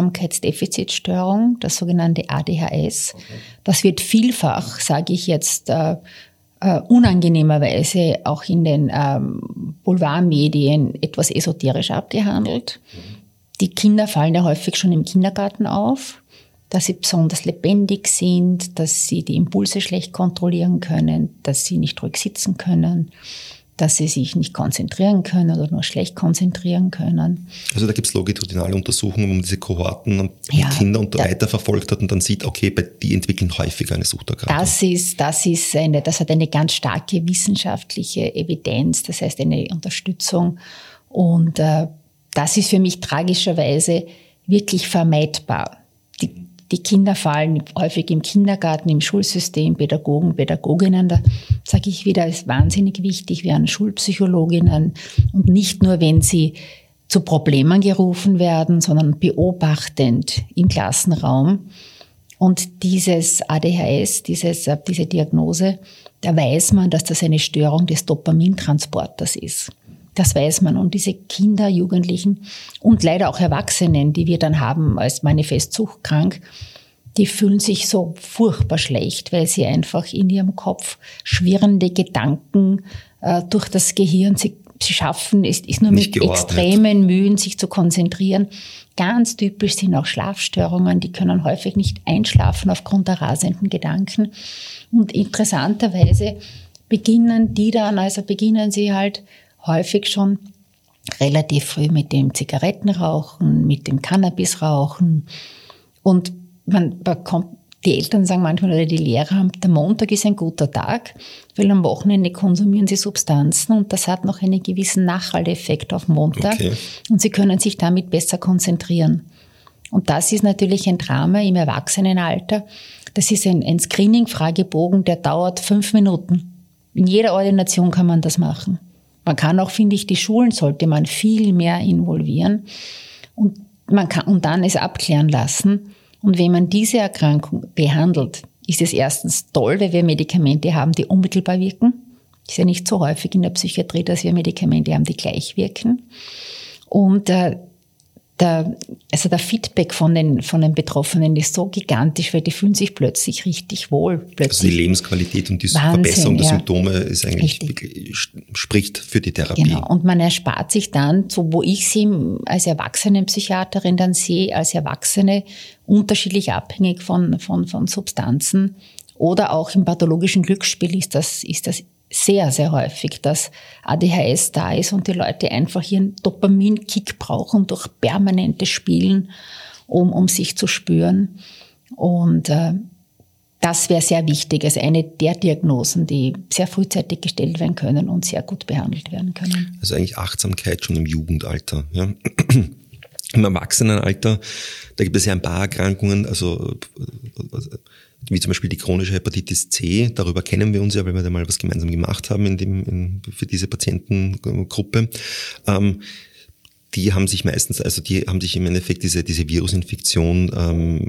Aufmerksamkeitsdefizitstörung, das sogenannte A D H S. Okay. Das wird vielfach, sage ich jetzt, äh, Uh, unangenehmerweise auch in den ähm, Boulevardmedien etwas esoterisch abgehandelt. Mhm. Die Kinder fallen ja häufig schon im Kindergarten auf, dass sie besonders lebendig sind, dass sie die Impulse schlecht kontrollieren können, dass sie nicht ruhig sitzen können, dass sie sich nicht konzentrieren können oder nur schlecht konzentrieren können. Also da gibt es longitudinale Untersuchungen, wo man diese Kohorten ja, Kinder und da, weiter verfolgt hat und dann sieht, okay, bei die entwickeln häufiger eine Suchterkrankung. Das ist, das ist eine, das hat eine ganz starke wissenschaftliche Evidenz, das heißt eine Unterstützung. Und äh, das ist für mich tragischerweise wirklich vermeidbar. Die, Die Kinder fallen häufig im Kindergarten, im Schulsystem, Pädagogen, Pädagoginnen. Da sage ich wieder, ist wahnsinnig wichtig, wir haben Schulpsychologinnen. Und nicht nur, wenn sie zu Problemen gerufen werden, sondern beobachtend im Klassenraum. Und dieses A D H S, dieses, diese Diagnose, da weiß man, dass das eine Störung des Dopamintransporters ist. Das weiß man. Und diese Kinder, Jugendlichen und leider auch Erwachsenen, die wir dann haben als manifest suchtkrank, die fühlen sich so furchtbar schlecht, weil sie einfach in ihrem Kopf schwirrende Gedanken äh, durch das Gehirn, sie, sie schaffen, es ist nur Nicht mit geordnet. extremen Mühen, sich zu konzentrieren. Ganz typisch sind auch Schlafstörungen, die können häufig nicht einschlafen aufgrund der rasenden Gedanken. Und interessanterweise beginnen die dann, also beginnen sie halt häufig schon relativ früh mit dem Zigarettenrauchen, mit dem Cannabisrauchen. Und man bekommt, die Eltern sagen manchmal, oder die Lehrer, der Montag ist ein guter Tag, weil am Wochenende konsumieren sie Substanzen und das hat noch einen gewissen Nachhalteeffekt auf Montag. Okay. Und sie können sich damit besser konzentrieren. Und das ist natürlich ein Drama im Erwachsenenalter. Das ist ein, ein Screening-Fragebogen, der dauert fünf Minuten. In jeder Ordination kann man das machen. Man kann auch, finde ich, die Schulen sollte man viel mehr involvieren und man kann, und dann es abklären lassen. Und wenn man diese Erkrankung behandelt, ist es erstens toll, weil wir Medikamente haben, die unmittelbar wirken. Das ist ja nicht so häufig in der Psychiatrie, dass wir Medikamente haben, die gleich wirken. Und äh, der, also der Feedback von den, von den Betroffenen ist so gigantisch, weil die fühlen sich plötzlich richtig wohl. Plötzlich also die Lebensqualität und die Wahnsinn, Verbesserung der ja. Symptome ist eigentlich wirklich, spricht für die Therapie. Genau. Und man erspart sich dann, so wo ich sie als Erwachsenenpsychiaterin dann sehe, als Erwachsene unterschiedlich abhängig von, von, von Substanzen oder auch im pathologischen Glücksspiel ist das, ist das sehr, sehr häufig, dass A D H S da ist und die Leute einfach ihren Dopaminkick brauchen durch permanentes Spielen, um, um sich zu spüren. Und äh, das wäre sehr wichtig, also eine der Diagnosen, die sehr frühzeitig gestellt werden können und sehr gut behandelt werden können. Also eigentlich Achtsamkeit schon im Jugendalter. Ja. Im Erwachsenenalter, da gibt es ja ein paar Erkrankungen, also wie zum Beispiel die chronische Hepatitis C, darüber kennen wir uns ja, weil wir da mal was gemeinsam gemacht haben in dem, in, für diese Patientengruppe. Ähm, die haben sich meistens, also die haben sich im Endeffekt diese, diese Virusinfektion ähm,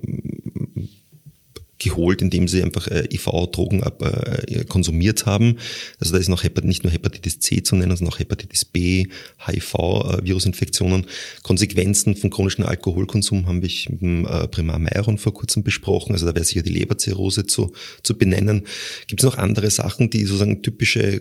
geholt, indem sie einfach äh, I V-Drogen äh, konsumiert haben. Also da ist noch Hepat- nicht nur Hepatitis C zu nennen, sondern auch Hepatitis B, H I V-Virusinfektionen. Konsequenzen von chronischem Alkoholkonsum haben wir mit dem äh, Primar Mayron vor kurzem besprochen. Also da wäre sicher die Leberzirrhose zu, zu benennen. Gibt es noch andere Sachen, die sozusagen typische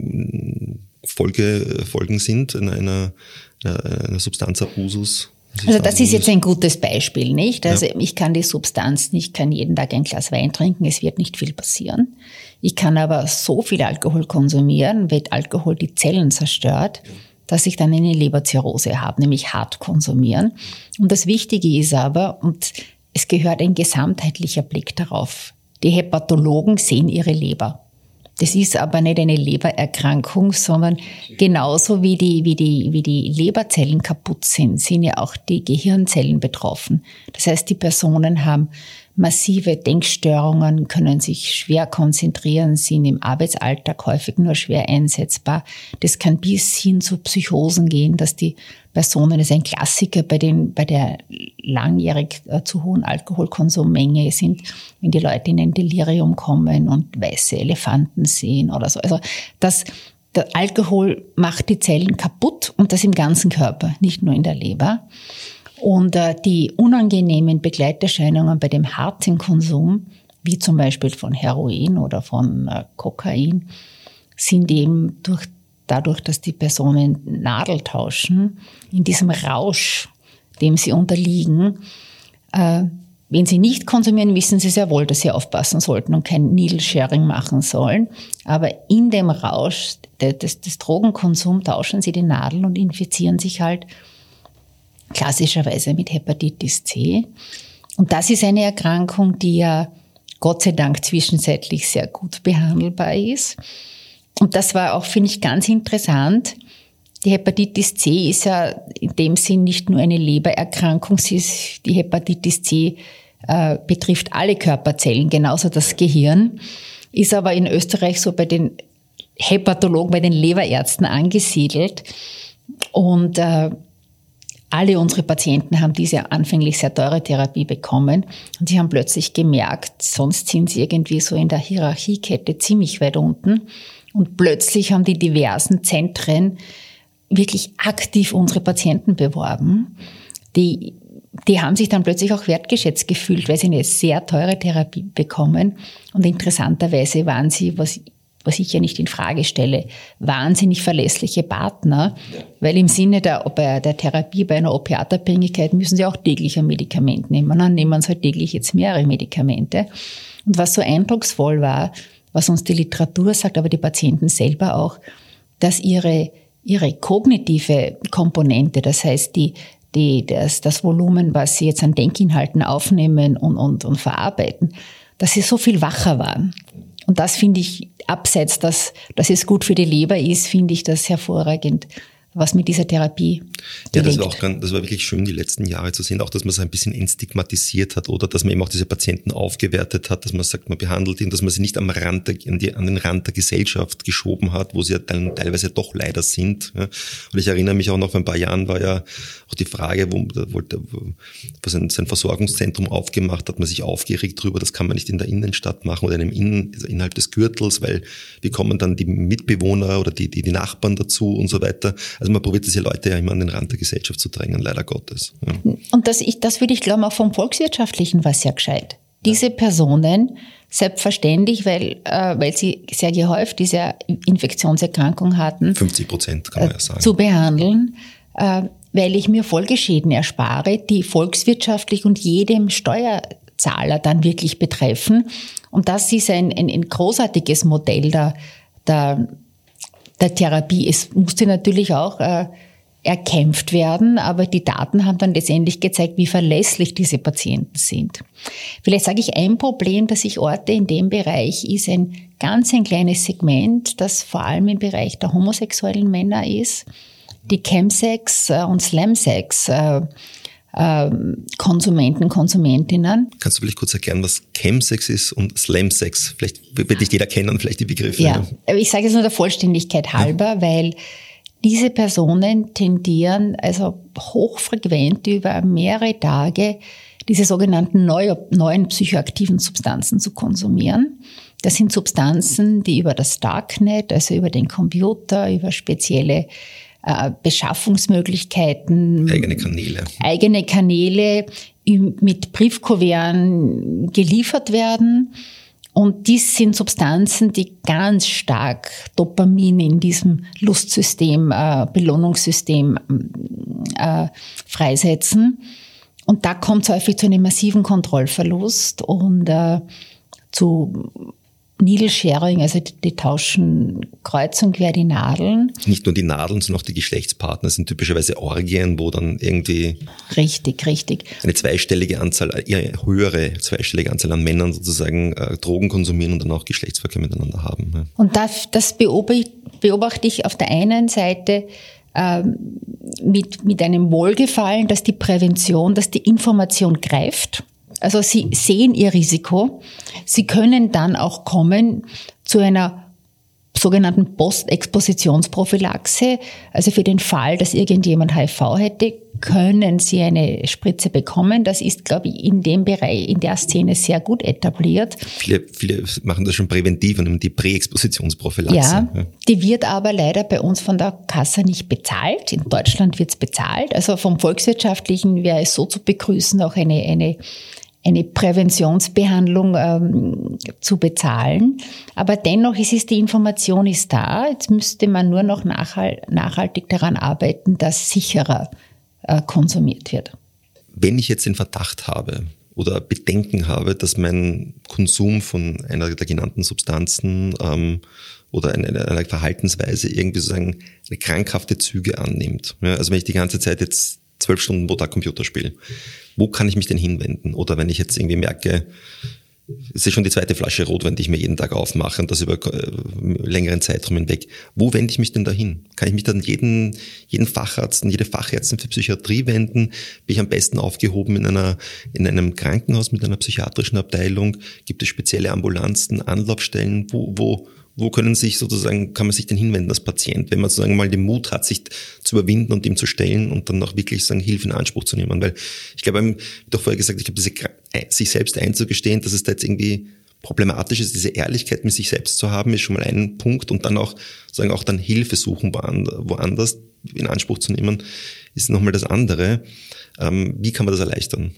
Folge, Folgen sind in einer, einer Substanzabusus? Also das ist jetzt ein gutes Beispiel, nicht? Also ja. Ich kann die Substanz nicht, kann jeden Tag ein Glas Wein trinken, es wird nicht viel passieren. Ich kann aber so viel Alkohol konsumieren, weil Alkohol die Zellen zerstört, dass ich dann eine Leberzirrhose habe, nämlich hart konsumieren. Und das Wichtige ist aber, und es gehört ein gesamtheitlicher Blick darauf, die Hepatologen sehen ihre Leber. Das ist aber nicht eine Lebererkrankung, sondern genauso wie die, wie die, wie die Leberzellen kaputt sind, sind ja auch die Gehirnzellen betroffen. Das heißt, die Personen haben massive Denkstörungen, können sich schwer konzentrieren, sind im Arbeitsalltag häufig nur schwer einsetzbar. Das kann bis hin zu Psychosen gehen, dass die Personen, das ist ein Klassiker bei den, bei der langjährig äh, zu hohen Alkoholkonsummenge sind, wenn die Leute in ein Delirium kommen und weiße Elefanten sehen oder so. Also das, der Alkohol macht die Zellen kaputt und das im ganzen Körper, nicht nur in der Leber. Und äh, die unangenehmen Begleiterscheinungen bei dem harten Konsum, wie zum Beispiel von Heroin oder von äh, Kokain, sind eben durch, dadurch, dass die Personen Nadel tauschen, in diesem Rausch, dem sie unterliegen, äh, wenn sie nicht konsumieren, wissen sie sehr wohl, dass sie aufpassen sollten und kein Needle-Sharing machen sollen. Aber in dem Rausch des, des Drogenkonsums tauschen sie die Nadeln und infizieren sich halt klassischerweise mit Hepatitis C. Und das ist eine Erkrankung, die ja Gott sei Dank zwischenzeitlich sehr gut behandelbar ist. Und das war auch, finde ich, ganz interessant. Die Hepatitis C ist ja in dem Sinn nicht nur eine Lebererkrankung, sie ist, die Hepatitis C äh, betrifft alle Körperzellen, genauso das Gehirn, ist aber in Österreich so bei den Hepatologen, bei den Leberärzten angesiedelt. Und äh, alle unsere Patienten haben diese anfänglich sehr teure Therapie bekommen und sie haben plötzlich gemerkt, sonst sind sie irgendwie so in der Hierarchiekette ziemlich weit unten. Und plötzlich haben die diversen Zentren wirklich aktiv unsere Patienten beworben. Die, die haben sich dann plötzlich auch wertgeschätzt gefühlt, weil sie eine sehr teure Therapie bekommen. Und interessanterweise waren sie, was, was ich ja nicht in Frage stelle, wahnsinnig verlässliche Partner, weil im Sinne der, bei der Therapie bei einer Opiatabhängigkeit müssen sie auch täglich ein Medikament nehmen. Dann nehmen sie halt täglich jetzt mehrere Medikamente. Und was so eindrucksvoll war, was uns die Literatur sagt, aber die Patienten selber auch, dass ihre ihre kognitive Komponente, das heißt die, die, das, das Volumen, was sie jetzt an Denkinhalten aufnehmen und, und, und verarbeiten, dass sie so viel wacher waren. Und das finde ich, abseits, dass, dass es gut für die Leber ist, finde ich das hervorragend, was mit dieser Therapie Ja, das war auch ganz, das war wirklich schön, die letzten Jahre zu sehen, auch dass man es ein bisschen entstigmatisiert hat oder dass man eben auch diese Patienten aufgewertet hat, dass man sagt, man behandelt ihn, dass man sie nicht am Rand der, an, die, an den Rand der Gesellschaft geschoben hat, wo sie ja dann teilweise doch leider sind. Ja. Und ich erinnere mich auch noch, vor ein paar Jahren war ja auch die Frage, wo, da wollte, wo sein, sein Versorgungszentrum aufgemacht hat, man sich aufgeregt drüber, das kann man nicht in der Innenstadt machen oder in einem Innen, also innerhalb des Gürtels, weil wie kommen dann die Mitbewohner oder die, die, die Nachbarn dazu und so weiter. Also man probiert diese Leute ja immer an den Rand der Gesellschaft zu drängen, leider Gottes. Ja. Und das, ich, das würde ich glauben, auch vom Volkswirtschaftlichen war sehr gescheit. Diese Personen, selbstverständlich, weil, äh, weil sie sehr gehäuft diese Infektionserkrankung hatten, fünfzig Prozent kann man ja sagen, zu behandeln, äh, weil ich mir Folgeschäden erspare, die volkswirtschaftlich und jedem Steuerzahler dann wirklich betreffen. Und das ist ein, ein, ein großartiges Modell der, der der Therapie. Es musste natürlich auch äh, erkämpft werden, aber die Daten haben dann letztendlich gezeigt, wie verlässlich diese Patienten sind. Vielleicht sage ich, ein Problem, das ich orte in dem Bereich, ist ein ganz ein kleines Segment, das vor allem im Bereich der homosexuellen Männer ist, die Chemsex äh, und Slamsex äh, Konsumenten, Konsumentinnen. Kannst du vielleicht kurz erklären, was Chemsex ist und Slamsex? Vielleicht wird nicht jeder kennen, vielleicht die Begriffe. Ja, aber ich sage es nur der Vollständigkeit halber, ja. Weil diese Personen tendieren also hochfrequent über mehrere Tage diese sogenannten neu, neuen psychoaktiven Substanzen zu konsumieren. Das sind Substanzen, die über das Darknet, also über den Computer, über spezielle Beschaffungsmöglichkeiten, eigene Kanäle, eigene Kanäle mit Briefkuverten geliefert werden. Und dies sind Substanzen, die ganz stark Dopamin in diesem Lustsystem, äh, Belohnungssystem äh, freisetzen. Und da kommt es häufig zu einem massiven Kontrollverlust und äh, zu Needle-Sharing, also die, die tauschen kreuz und quer die Nadeln. Nicht nur die Nadeln, sondern auch die Geschlechtspartner. Das sind typischerweise Orgien, wo dann irgendwie richtig, richtig. eine zweistellige Anzahl, eher höhere zweistellige Anzahl an Männern sozusagen äh, Drogen konsumieren und dann auch Geschlechtsverkehr miteinander haben. Ja. Und das, das beobachte, beobachte ich auf der einen Seite ähm, mit, mit einem Wohlgefallen, dass die Prävention, dass die Information greift. Also sie sehen ihr Risiko. Sie können dann auch kommen zu einer sogenannten Postexpositionsprophylaxe. Also für den Fall, dass irgendjemand H I V hätte, können sie eine Spritze bekommen. Das ist, glaube ich, in dem Bereich, in der Szene sehr gut etabliert. Viele, viele machen das schon präventiv und nehmen die Präexpositionsprophylaxe. Ja, ja, die wird aber leider bei uns von der Kasse nicht bezahlt. In Deutschland wird es bezahlt. Also vom Volkswirtschaftlichen wäre es so zu begrüßen, auch eine, eine eine Präventionsbehandlung ähm, zu bezahlen. Aber dennoch ist es, die Information ist da. Jetzt müsste man nur noch nachhalt, nachhaltig daran arbeiten, dass sicherer äh, konsumiert wird. Wenn ich jetzt den Verdacht habe oder Bedenken habe, dass mein Konsum von einer der genannten Substanzen ähm, oder eine, eine Verhaltensweise irgendwie sozusagen eine krankhafte Züge annimmt. Ja, also wenn ich die ganze Zeit jetzt zwölf Stunden pro Tag Computer spiele, wo kann ich mich denn hinwenden? Oder wenn ich jetzt irgendwie merke, es ist schon die zweite Flasche Rotwein, die ich mir jeden Tag aufmache und das über äh, längeren Zeitraum hinweg. Wo wende ich mich denn dahin? Kann ich mich dann jeden, jeden Facharzt und jede Fachärztin für Psychiatrie wenden? Bin ich am besten aufgehoben in einer, in einem Krankenhaus mit einer psychiatrischen Abteilung? Gibt es spezielle Ambulanzen, Anlaufstellen? Wo, wo, wo können sich sozusagen, kann man sich denn hinwenden als Patient, wenn man sozusagen mal den Mut hat, sich zu überwinden und dem zu stellen und dann auch wirklich sagen, Hilfe in Anspruch zu nehmen? Weil ich glaube, ich habe doch vorher gesagt, ich glaube, diese, sich selbst einzugestehen, dass es da jetzt irgendwie problematisch ist, diese Ehrlichkeit mit sich selbst zu haben, ist schon mal ein Punkt, und dann auch sagen, auch dann Hilfe suchen woanders in Anspruch zu nehmen, ist nochmal das andere. Ähm, wie kann man das erleichtern?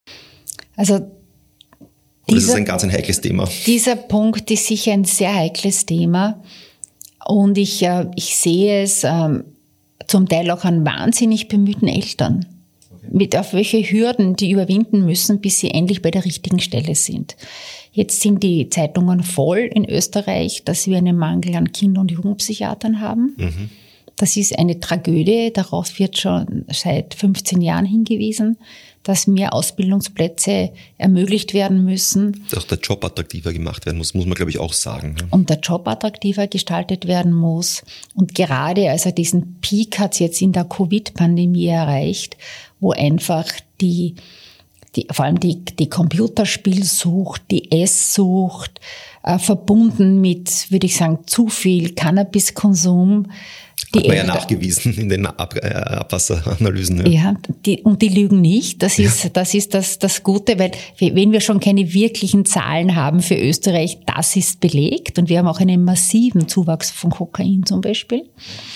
Also Oder ist es ein ganz ein heikles Thema? Dieser Punkt ist sicher ein sehr heikles Thema, und ich, äh, ich sehe es ähm, zum Teil auch an wahnsinnig bemühten Eltern, okay, mit auf welche Hürden die überwinden müssen, bis sie endlich bei der richtigen Stelle sind. Jetzt sind die Zeitungen voll in Österreich, dass wir einen Mangel an Kinder- und Jugendpsychiatern haben. Mhm. Das ist eine Tragödie, darauf wird schon seit fünfzehn Jahren hingewiesen, dass mehr Ausbildungsplätze ermöglicht werden müssen. Dass auch der Job attraktiver gemacht werden muss, muss man, glaube ich, auch sagen. Ja. Und der Job attraktiver gestaltet werden muss. Und gerade, also diesen Peak hat es jetzt in der Covid-Pandemie erreicht, wo einfach die, die vor allem die, die Computerspielsucht, die Esssucht, äh, verbunden mit, würde ich sagen, zu viel Cannabiskonsum, Die Hat man ja nachgewiesen in den Ab- äh, Abwasseranalysen. Ja, ja die, und die lügen nicht. Das ist, ja. das, ist das, das Gute, weil wenn wir schon keine wirklichen Zahlen haben für Österreich, das ist belegt. Und wir haben auch einen massiven Zuwachs von Kokain zum Beispiel.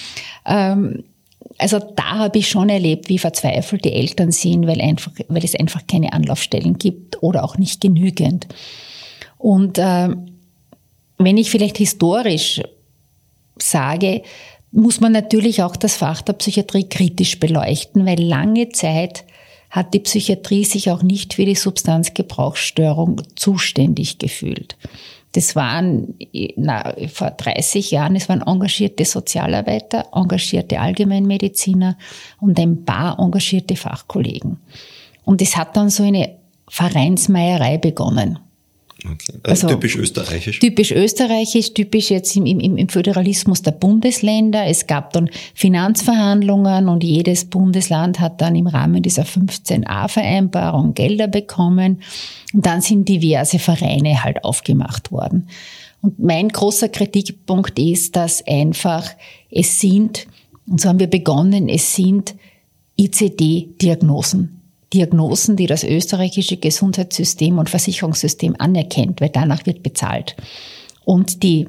Ähm, also da habe ich schon erlebt, wie verzweifelt die Eltern sind, weil, einfach, weil es einfach keine Anlaufstellen gibt oder auch nicht genügend. Und äh, wenn ich vielleicht historisch sage, muss man natürlich auch das Fach der Psychiatrie kritisch beleuchten, weil lange Zeit hat die Psychiatrie sich auch nicht für die Substanzgebrauchsstörung zuständig gefühlt. Das waren na, vor dreißig Jahren, es waren engagierte Sozialarbeiter, engagierte Allgemeinmediziner und ein paar engagierte Fachkollegen. Und es hat dann so eine Vereinsmeierei begonnen. Okay. Also, also typisch österreichisch. Typisch österreichisch, typisch jetzt im, im, im Föderalismus der Bundesländer. Es gab dann Finanzverhandlungen und jedes Bundesland hat dann im Rahmen dieser fünfzehn a-Vereinbarung Gelder bekommen. Und dann sind diverse Vereine halt aufgemacht worden. Und mein großer Kritikpunkt ist, dass einfach es sind, und so haben wir begonnen, es sind I C D-Diagnosen. Diagnosen, die das österreichische Gesundheitssystem und Versicherungssystem anerkennt, weil danach wird bezahlt. Und die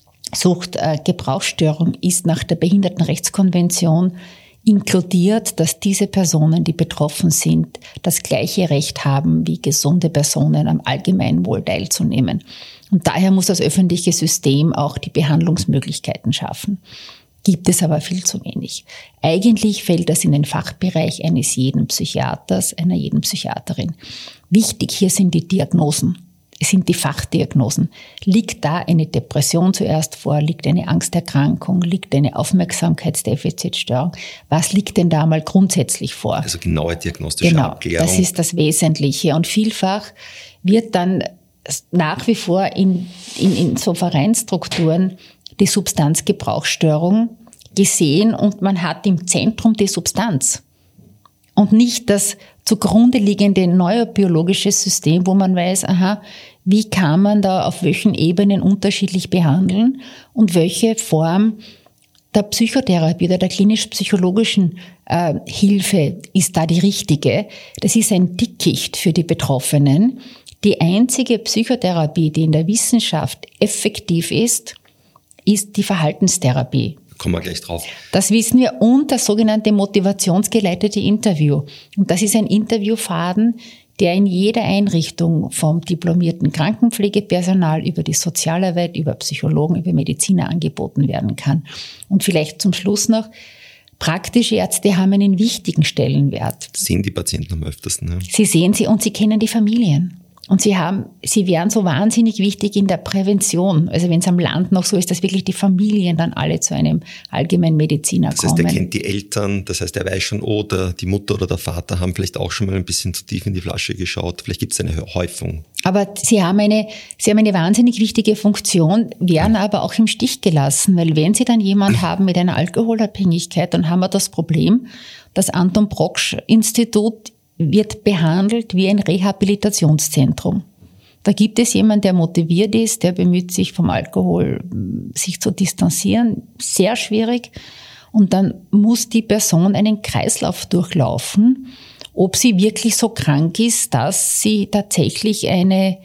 Suchtgebrauchsstörung äh, ist nach der Behindertenrechtskonvention inkludiert, dass diese Personen, die betroffen sind, das gleiche Recht haben wie gesunde Personen am Allgemeinwohl teilzunehmen. Und daher muss das öffentliche System auch die Behandlungsmöglichkeiten schaffen. Gibt es aber viel zu wenig. Eigentlich fällt das in den Fachbereich eines jeden Psychiaters, einer jeden Psychiaterin. Wichtig hier sind die Diagnosen. Es sind die Fachdiagnosen. Liegt da eine Depression zuerst vor? Liegt eine Angsterkrankung? Liegt eine Aufmerksamkeitsdefizitstörung? Was liegt denn da mal grundsätzlich vor? Also genaue diagnostische genau, Abklärung. Das ist das Wesentliche. Und vielfach wird dann nach wie vor in, in, in so Vereinsstrukturen die Substanzgebrauchsstörung gesehen und man hat im Zentrum die Substanz und nicht das zugrunde liegende neurobiologische System, wo man weiß, aha, wie kann man da auf welchen Ebenen unterschiedlich behandeln und welche Form der Psychotherapie oder der klinisch-psychologischen äh, Hilfe ist da die richtige. Das ist ein Dickicht für die Betroffenen. Die einzige Psychotherapie, die in der Wissenschaft effektiv ist, ist die Verhaltenstherapie. Kommen wir gleich drauf. Das wissen wir, und das sogenannte motivationsgeleitete Interview. Und das ist ein Interviewfaden, der in jeder Einrichtung vom diplomierten Krankenpflegepersonal über die Sozialarbeit, über Psychologen, über Mediziner angeboten werden kann. Und vielleicht zum Schluss noch, Praktische Ärzte haben einen wichtigen Stellenwert. Sehen die Patienten am öftesten. Ja. Sie sehen sie und sie kennen die Familien. Und sie haben, sie wären so wahnsinnig wichtig in der Prävention. Also wenn es am Land noch so ist, dass wirklich die Familien dann alle zu einem Allgemeinmediziner kommen. Das heißt, er kennt die Eltern, das heißt, er weiß schon, oh, der, die Mutter oder der Vater haben vielleicht auch schon mal ein bisschen zu tief in die Flasche geschaut. Vielleicht gibt es eine Häufung. Aber sie haben eine, sie haben eine wahnsinnig wichtige Funktion, werden aber auch im Stich gelassen. Weil wenn sie dann jemanden haben mit einer Alkoholabhängigkeit, dann haben wir das Problem, das Anton Proksch Institut wird behandelt wie ein Rehabilitationszentrum. Da gibt es jemanden, der motiviert ist, der bemüht sich vom Alkohol, sich zu distanzieren. Sehr schwierig. Und dann muss die Person einen Kreislauf durchlaufen, ob sie wirklich so krank ist, dass sie tatsächlich eine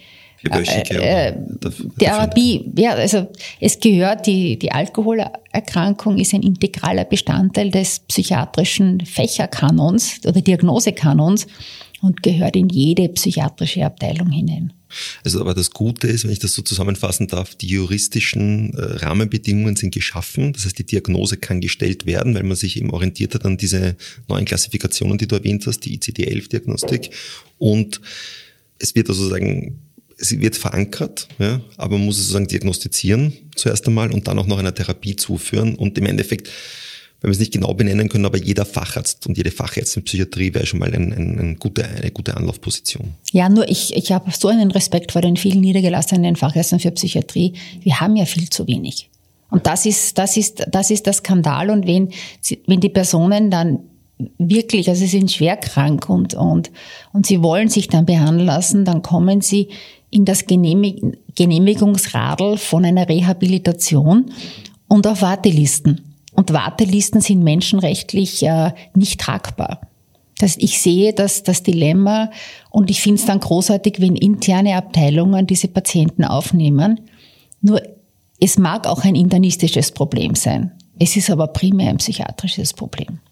Äh, äh, Therapie, ja, also es gehört, die, die Alkoholerkrankung ist ein integraler Bestandteil des psychiatrischen Fächerkanons oder Diagnosekanons und gehört in jede psychiatrische Abteilung hinein. Also aber das Gute ist, wenn ich das so zusammenfassen darf, die juristischen äh, Rahmenbedingungen sind geschaffen. Das heißt, die Diagnose kann gestellt werden, weil man sich eben orientiert hat an diese neuen Klassifikationen, die du erwähnt hast, die I C D elf Diagnostik. Und es wird also sagen, es wird verankert, ja, aber man muss es sozusagen diagnostizieren zuerst einmal und dann auch noch einer Therapie zuführen. Und im Endeffekt, wenn wir es nicht genau benennen können, aber jeder Facharzt und jede Fachärztin in Psychiatrie wäre schon mal ein, ein, ein gute, eine gute Anlaufposition. Ja, nur ich, ich habe so einen Respekt vor den vielen niedergelassenen Fachärzten für Psychiatrie. Wir haben ja viel zu wenig. Und das ist, das ist, das ist der Skandal. Und wenn, wenn die Personen dann wirklich, also sie sind schwer krank und, und, und sie wollen sich dann behandeln lassen, dann kommen sie in das Genehmig- Genehmigungsradl von einer Rehabilitation und auf Wartelisten. Und Wartelisten sind menschenrechtlich äh, nicht tragbar. Das, ich sehe das, das Dilemma und ich finde es dann großartig, wenn interne Abteilungen diese Patienten aufnehmen. Nur es mag auch ein internistisches Problem sein. Es ist aber primär ein psychiatrisches Problem.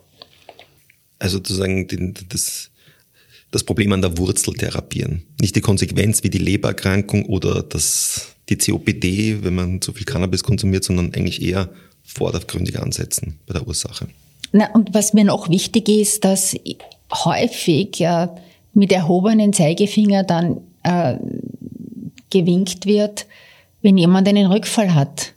Also sozusagen den, das, das Problem an der Wurzel therapieren. Nicht die Konsequenz wie die Lebererkrankung oder das, die C O P D, wenn man zu viel Cannabis konsumiert, sondern eigentlich eher vordergründig ansetzen bei der Ursache. Na, und was mir noch wichtig ist, dass häufig äh, mit erhobenen Zeigefinger dann äh, gewinkt wird, wenn jemand einen Rückfall hat.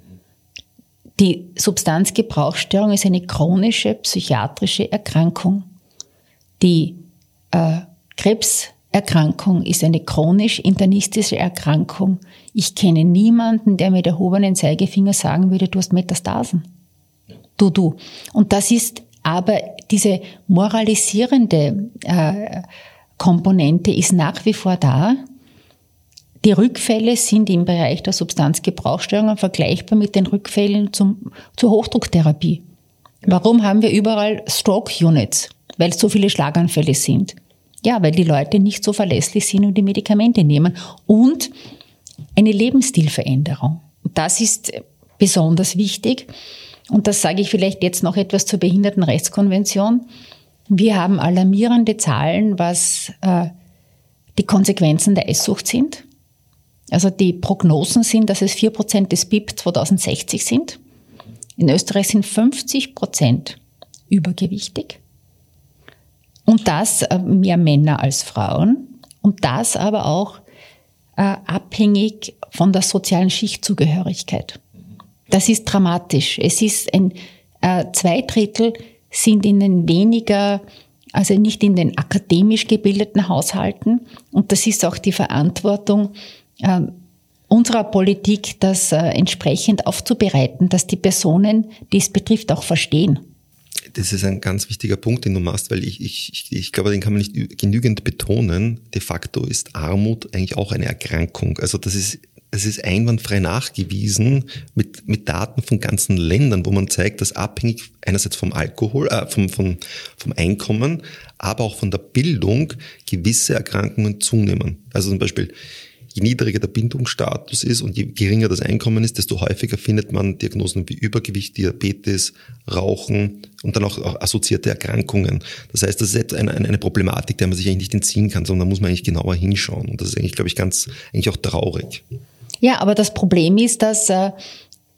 Die Substanzgebrauchsstörung ist eine chronische psychiatrische Erkrankung. Die äh, Krebserkrankung ist eine chronisch internistische Erkrankung. Ich kenne niemanden, der mit erhobenen Zeigefinger sagen würde, du hast Metastasen. Du, du. Und das ist aber diese moralisierende äh, Komponente ist nach wie vor da. Die Rückfälle sind im Bereich der Substanzgebrauchsstörungen vergleichbar mit den Rückfällen zum, zur Hochdrucktherapie. Warum haben wir überall Stroke-Units? Weil so viele Schlaganfälle sind. Ja, weil die Leute nicht so verlässlich sind und die Medikamente nehmen. Und eine Lebensstilveränderung. Das ist besonders wichtig. Und das sage ich vielleicht jetzt noch etwas zur Behindertenrechtskonvention. Wir haben alarmierende Zahlen, was äh, die Konsequenzen der Esssucht sind. Also die Prognosen sind, dass es vier Prozent des B I P zweitausendsechzig sind. In Österreich sind fünfzig Prozent übergewichtig. Und das äh, mehr Männer als Frauen. Und das aber auch äh, abhängig von der sozialen Schichtzugehörigkeit. Das ist dramatisch. Es ist ein, äh, zwei Drittel sind in den weniger, also nicht in den akademisch gebildeten Haushalten. Und das ist auch die Verantwortung äh, unserer Politik, das äh, entsprechend aufzubereiten, dass die Personen, die es betrifft, auch verstehen. Das ist ein ganz wichtiger Punkt, den du machst, weil ich, ich, ich, ich glaube, den kann man nicht genügend betonen. De facto ist Armut eigentlich auch eine Erkrankung. Also das ist Das ist einwandfrei nachgewiesen mit, mit Daten von ganzen Ländern, wo man zeigt, dass abhängig einerseits vom Alkohol, äh, vom, vom, vom Einkommen, aber auch von der Bildung gewisse Erkrankungen zunehmen. Also zum Beispiel, je niedriger der Bildungsstatus ist und je geringer das Einkommen ist, desto häufiger findet man Diagnosen wie Übergewicht, Diabetes, Rauchen und dann auch, auch assoziierte Erkrankungen. Das heißt, das ist eine, eine Problematik, der man sich eigentlich nicht entziehen kann, sondern da muss man eigentlich genauer hinschauen. Und das ist eigentlich, glaube ich, ganz, eigentlich auch traurig. Ja, aber das Problem ist, dass äh,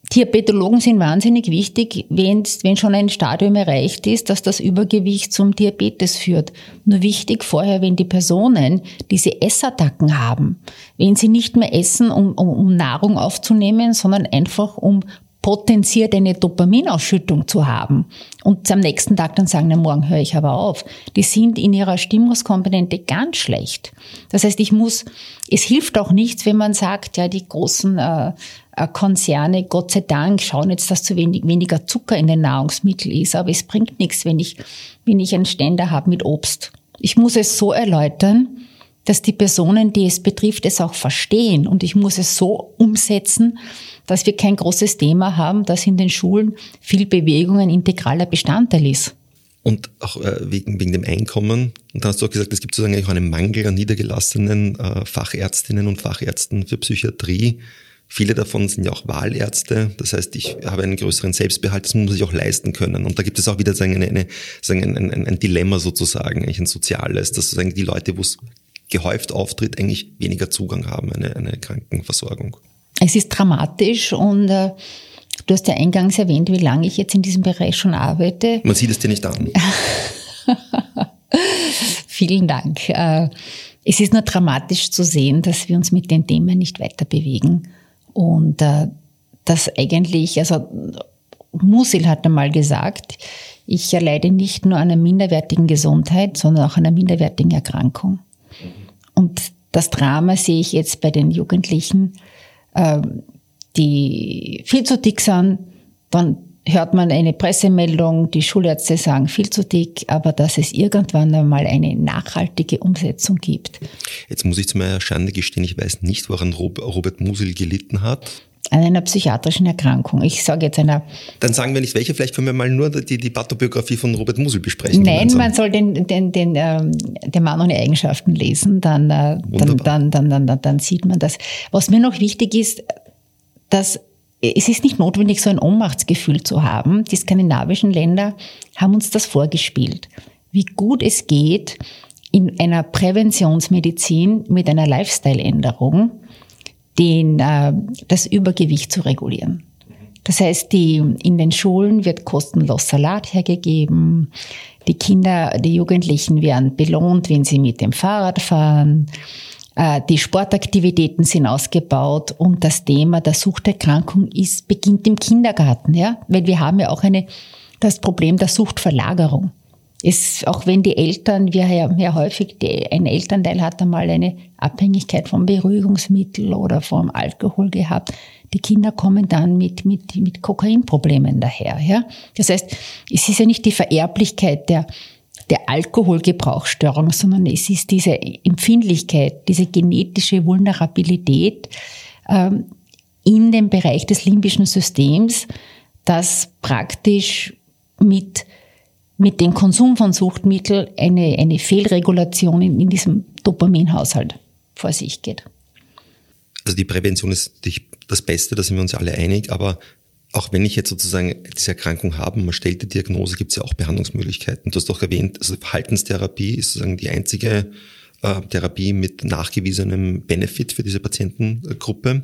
Diabetologen sind wahnsinnig wichtig, wenn, wenn schon ein Stadium erreicht ist, dass das Übergewicht zum Diabetes führt. Nur wichtig vorher, wenn die Personen diese Essattacken haben, wenn sie nicht mehr essen, um, um, um Nahrung aufzunehmen, sondern einfach um potenziert eine Dopaminausschüttung zu haben und am nächsten Tag dann sagen, na, morgen höre ich aber auf. Die sind in ihrer Stimmungskomponente ganz schlecht. Das heißt, ich muss, es hilft auch nichts, wenn man sagt, ja, die großen äh, Konzerne, Gott sei Dank, schauen jetzt, dass zu wenig, weniger Zucker in den Nahrungsmitteln ist, aber es bringt nichts, wenn ich, wenn ich einen Ständer habe mit Obst. Ich muss es so erläutern, dass die Personen, die es betrifft, es auch verstehen. Und ich muss es so umsetzen, dass wir kein großes Thema haben, dass in den Schulen viel Bewegung ein integraler Bestandteil ist. Und auch äh, wegen, wegen dem Einkommen. Und da hast du auch gesagt, es gibt sozusagen auch einen Mangel an niedergelassenen äh, Fachärztinnen und Fachärzten für Psychiatrie. Viele davon sind ja auch Wahlärzte. Das heißt, ich habe einen größeren Selbstbehalt, das muss ich auch leisten können. Und da gibt es auch wieder sagen, eine, eine, sagen, ein, ein, ein Dilemma sozusagen, eigentlich ein soziales, dass sozusagen die Leute, wo es gehäuft auftritt, eigentlich weniger Zugang haben, eine, eine Krankenversorgung. Es ist dramatisch und äh, du hast ja eingangs erwähnt, wie lange ich jetzt in diesem Bereich schon arbeite. Man sieht es dir nicht an. Vielen Dank. Äh, es ist nur dramatisch zu sehen, dass wir uns mit den Themen nicht weiter bewegen und äh, das eigentlich, also Musil hat einmal gesagt, ich erleide nicht nur an einer minderwertigen Gesundheit, sondern auch an einer minderwertigen Erkrankung. Und das Drama sehe ich jetzt bei den Jugendlichen, die viel zu dick sind. Dann hört man eine Pressemeldung, die Schulärzte sagen viel zu dick, aber dass es irgendwann einmal eine nachhaltige Umsetzung gibt. Jetzt muss ich zu meiner Schande gestehen, ich weiß nicht, woran Robert Musil gelitten hat. An einer psychiatrischen Erkrankung. Ich sage jetzt einer... Dann sagen wir nicht welche, vielleicht können wir mal nur die, die Pathobiografie von Robert Musil besprechen. Nein, gemeinsam. Man soll den, den, den, ähm, den Mann ohne Eigenschaften lesen, dann, äh, dann, dann, dann, dann, dann, dann sieht man das. Was mir noch wichtig ist, dass es ist nicht notwendig, so ein Ohnmachtsgefühl zu haben. Die skandinavischen Länder haben uns das vorgespielt, wie gut es geht, in einer Präventionsmedizin mit einer Lifestyle-Änderung den, äh, das Übergewicht zu regulieren. Das heißt, die, in den Schulen wird kostenlos Salat hergegeben. Die Kinder, die Jugendlichen werden belohnt, wenn sie mit dem Fahrrad fahren. Äh, die Sportaktivitäten sind ausgebaut und das Thema der Suchterkrankung ist, beginnt im Kindergarten, ja? Weil wir haben ja auch eine, das Problem der Suchtverlagerung. Es, auch wenn die Eltern, wir haben ja häufig, die, ein Elternteil hat einmal eine Abhängigkeit vom Beruhigungsmittel oder vom Alkohol gehabt. Die Kinder kommen dann mit, mit, mit Kokainproblemen daher, ja. Das heißt, es ist ja nicht die Vererblichkeit der, der Alkoholgebrauchsstörung, sondern es ist diese Empfindlichkeit, diese genetische Vulnerabilität, ähm, in dem Bereich des limbischen Systems, das praktisch mit mit dem Konsum von Suchtmitteln eine, eine Fehlregulation in, in diesem Dopaminhaushalt vor sich geht. Also die Prävention ist das Beste, da sind wir uns alle einig, aber auch wenn ich jetzt sozusagen diese Erkrankung habe, man stellt die Diagnose, gibt es ja auch Behandlungsmöglichkeiten. Du hast doch erwähnt, also Verhaltenstherapie ist sozusagen die einzige äh, Therapie mit nachgewiesenem Benefit für diese Patientengruppe.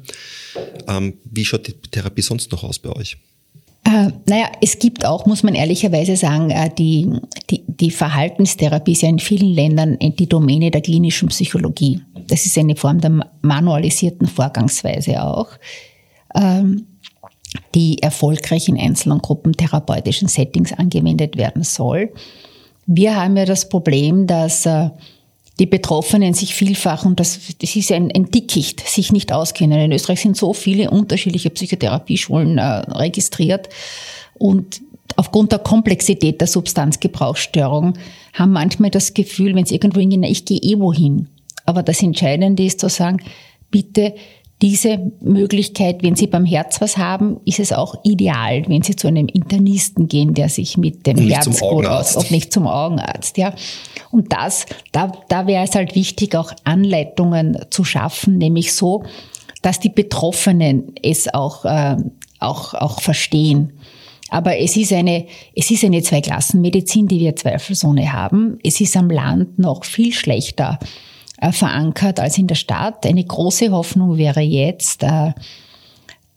Ähm, wie schaut die Therapie sonst noch aus bei euch? Äh, naja, es gibt auch, muss man ehrlicherweise sagen, äh, die, die, die Verhaltenstherapie ist ja in vielen Ländern die Domäne der klinischen Psychologie. Das ist eine Form der manualisierten Vorgangsweise auch, ähm, die erfolgreich in Einzel- und gruppentherapeutischen Settings angewendet werden soll. Wir haben ja das Problem, dass äh, die Betroffenen sich vielfach, und das, das ist ein, ein Dickicht, sich nicht auskennen. In Österreich sind so viele unterschiedliche Psychotherapieschulen äh, registriert und aufgrund der Komplexität der Substanzgebrauchsstörung haben manchmal das Gefühl, wenn es irgendwo hingehen, ich gehe eh wohin. Aber das Entscheidende ist zu sagen, bitte diese Möglichkeit, wenn Sie beim Herz was haben, ist es auch ideal, wenn Sie zu einem Internisten gehen, der sich mit dem Herz gut aus, ob nicht zum Augenarzt, ja. Und das, da, da wäre es halt wichtig, auch Anleitungen zu schaffen, nämlich so, dass die Betroffenen es auch, äh, auch, auch verstehen. Aber es ist eine, es ist eine Zweiklassenmedizin, die wir zweifelsohne haben. Es ist am Land noch viel schlechter verankert als in der Stadt. Eine große Hoffnung wäre jetzt,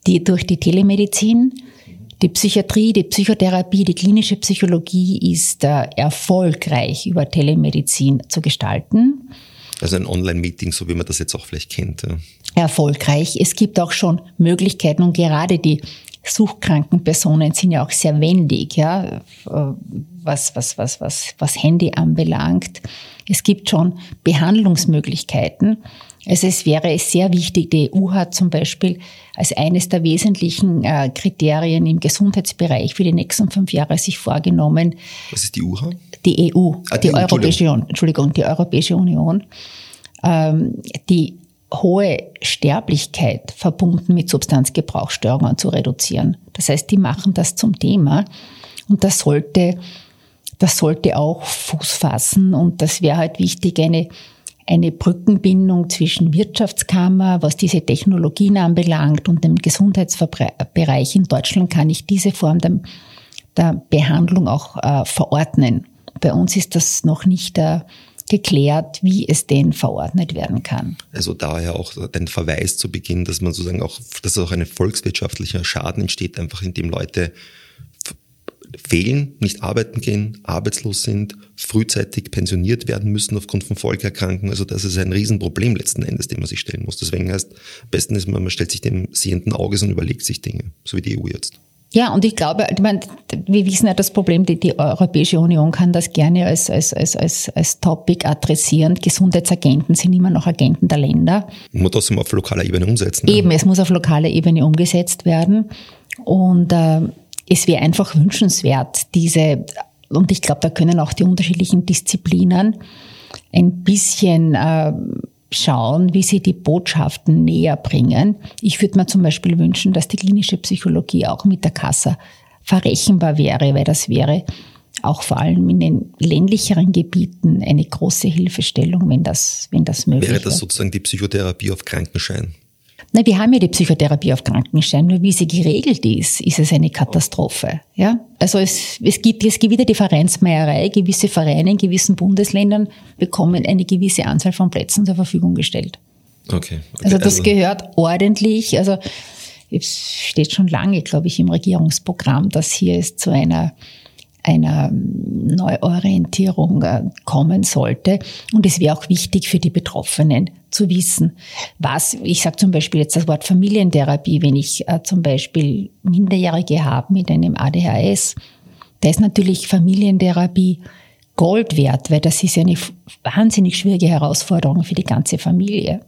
die, durch die Telemedizin. Die Psychiatrie, die Psychotherapie, die klinische Psychologie ist äh, erfolgreich über Telemedizin zu gestalten. Also ein Online-Meeting, so wie man das jetzt auch vielleicht kennt. Ja. Erfolgreich. Es gibt auch schon Möglichkeiten und gerade die suchtkranken Personen sind ja auch sehr wendig, ja, was, was, was, was, was Handy anbelangt. Es gibt schon Behandlungsmöglichkeiten. Also es wäre sehr wichtig, die E U hat zum Beispiel als eines der wesentlichen äh, Kriterien im Gesundheitsbereich für die nächsten fünf Jahre sich vorgenommen. Was ist die U H A? Die E U, ah, die, die Europäische Union, Entschuldigung, die Europäische Union, ähm, die hohe Sterblichkeit verbunden mit Substanzgebrauchsstörungen zu reduzieren. Das heißt, die machen das zum Thema und das sollte, das sollte auch Fuß fassen und das wäre halt wichtig, eine eine Brückenbindung zwischen Wirtschaftskammer, was diese Technologien anbelangt und dem Gesundheitsbereich. In Deutschland kann ich diese Form der, der Behandlung auch äh, verordnen. Bei uns ist das noch nicht äh, geklärt, wie es denn verordnet werden kann. Also daher auch den Verweis zu Beginn, dass man sozusagen auch, dass auch ein volkswirtschaftlicher Schaden entsteht, einfach indem Leute fehlen, nicht arbeiten gehen, arbeitslos sind, frühzeitig pensioniert werden müssen aufgrund von Folgeerkrankungen. Also das ist ein Riesenproblem letzten Endes, dem man sich stellen muss. Deswegen heißt, am besten ist man, man stellt sich dem sehenden Auges und überlegt sich Dinge, so wie die E U jetzt. Ja, und ich glaube, ich meine, wir wissen ja das Problem, die, die Europäische Union kann das gerne als, als, als, als, als Topic adressieren. Gesundheitsagenten sind immer noch Agenten der Länder. Man muss das auf lokaler Ebene umsetzen. Eben, ja. Es muss auf lokaler Ebene umgesetzt werden. Und äh, es wäre einfach wünschenswert, diese, und ich glaube, da können auch die unterschiedlichen Disziplinen ein bisschen äh, schauen, wie sie die Botschaften näher bringen. Ich würde mir zum Beispiel wünschen, dass die klinische Psychologie auch mit der Kassa verrechenbar wäre, weil das wäre auch vor allem in den ländlicheren Gebieten eine große Hilfestellung, wenn das, wenn das möglich wäre. Wäre das sozusagen die Psychotherapie auf Krankenschein? Na, wir haben ja die Psychotherapie auf Krankenschein, nur wie sie geregelt ist, ist es eine Katastrophe. Ja? Also es, es gibt, es gibt wieder die Vereinsmeierei, gewisse Vereine in gewissen Bundesländern bekommen eine gewisse Anzahl von Plätzen zur Verfügung gestellt. Okay. okay. Also das also gehört ordentlich, also es steht schon lange, glaube ich, im Regierungsprogramm, dass hier es zu einer einer Neuorientierung kommen sollte. Und es wäre auch wichtig für die Betroffenen zu wissen, was, ich sage zum Beispiel jetzt das Wort Familientherapie, wenn ich äh, zum Beispiel Minderjährige habe mit einem A D H S, da ist natürlich Familientherapie Gold wert, weil das ist ja eine wahnsinnig schwierige Herausforderung für die ganze Familie.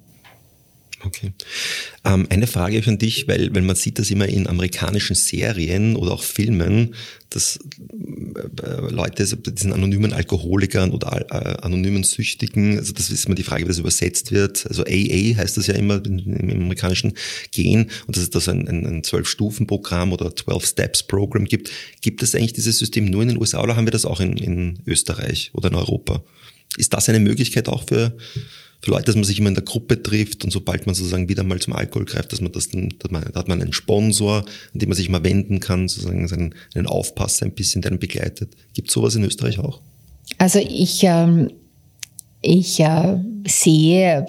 Okay. Ähm, eine Frage habe ich an dich, weil, weil man sieht das immer in amerikanischen Serien oder auch Filmen, dass äh, Leute, diesen anonymen Alkoholikern oder äh, anonymen Süchtigen, also das ist immer die Frage, wie das übersetzt wird, also A A heißt das ja immer im, im amerikanischen Gehen und dass es da so ein, ein, ein zwölf-Stufen-Programm oder zwölf-Steps-Programm gibt. Gibt es eigentlich dieses System nur in den U S A oder haben wir das auch in, in Österreich oder in Europa? Ist das eine Möglichkeit auch für Für Leute, dass man sich immer in der Gruppe trifft und sobald man sozusagen wieder mal zum Alkohol greift, dass man das dann, da hat man einen Sponsor, an den man sich mal wenden kann, sozusagen einen, einen Aufpasser ein bisschen, der einen begleitet. Gibt es sowas in Österreich auch? Also ich, ähm, ich äh, sehe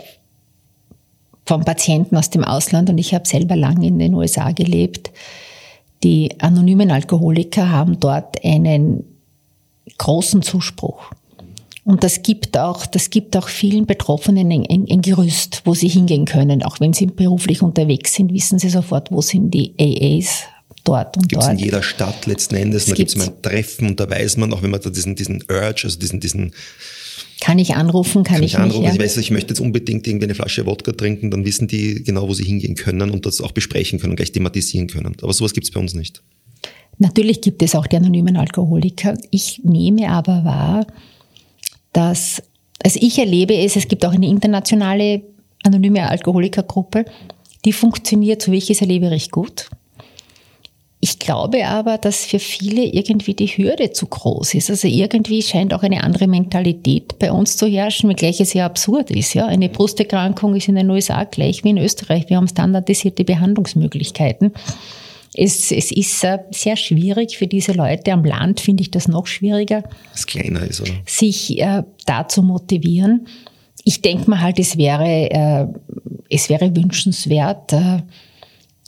von Patienten aus dem Ausland und ich habe selber lange in den U S A gelebt, die anonymen Alkoholiker haben dort einen großen Zuspruch. Und das gibt auch, das gibt auch vielen Betroffenen ein, ein, ein Gerüst, wo sie hingehen können. Auch wenn sie beruflich unterwegs sind, wissen sie sofort, wo sind die A As dort und gibt's dort. Gibt es in jeder Stadt letzten Endes. Da gibt es immer ein Treffen und da weiß man, auch wenn man da diesen, diesen Urge, also diesen, diesen Kann ich anrufen, kann, kann ich, ich anrufen. Mich, ja. Ich weiß, ich möchte jetzt unbedingt irgendwie eine Flasche Wodka trinken, dann wissen die genau, wo sie hingehen können und das auch besprechen können, gleich thematisieren können. Aber sowas gibt es bei uns nicht. Natürlich gibt es auch die anonymen Alkoholiker. Ich nehme aber wahr, dass, also ich erlebe es, es gibt auch eine internationale anonyme Alkoholikergruppe, die funktioniert, so wie ich es erlebe, recht gut. Ich glaube aber, dass für viele irgendwie die Hürde zu groß ist. Also irgendwie scheint auch eine andere Mentalität bei uns zu herrschen, wenngleich es ja absurd ist. Ja? Eine Brusterkrankung ist in den U S A gleich wie in Österreich. Wir haben standardisierte Behandlungsmöglichkeiten. Es, es ist sehr schwierig für diese Leute. Am Land finde ich das noch schwieriger. Das kleiner ist, oder? Sich äh, da zu motivieren. Ich denke mal halt, es wäre, äh, es wäre wünschenswert, äh,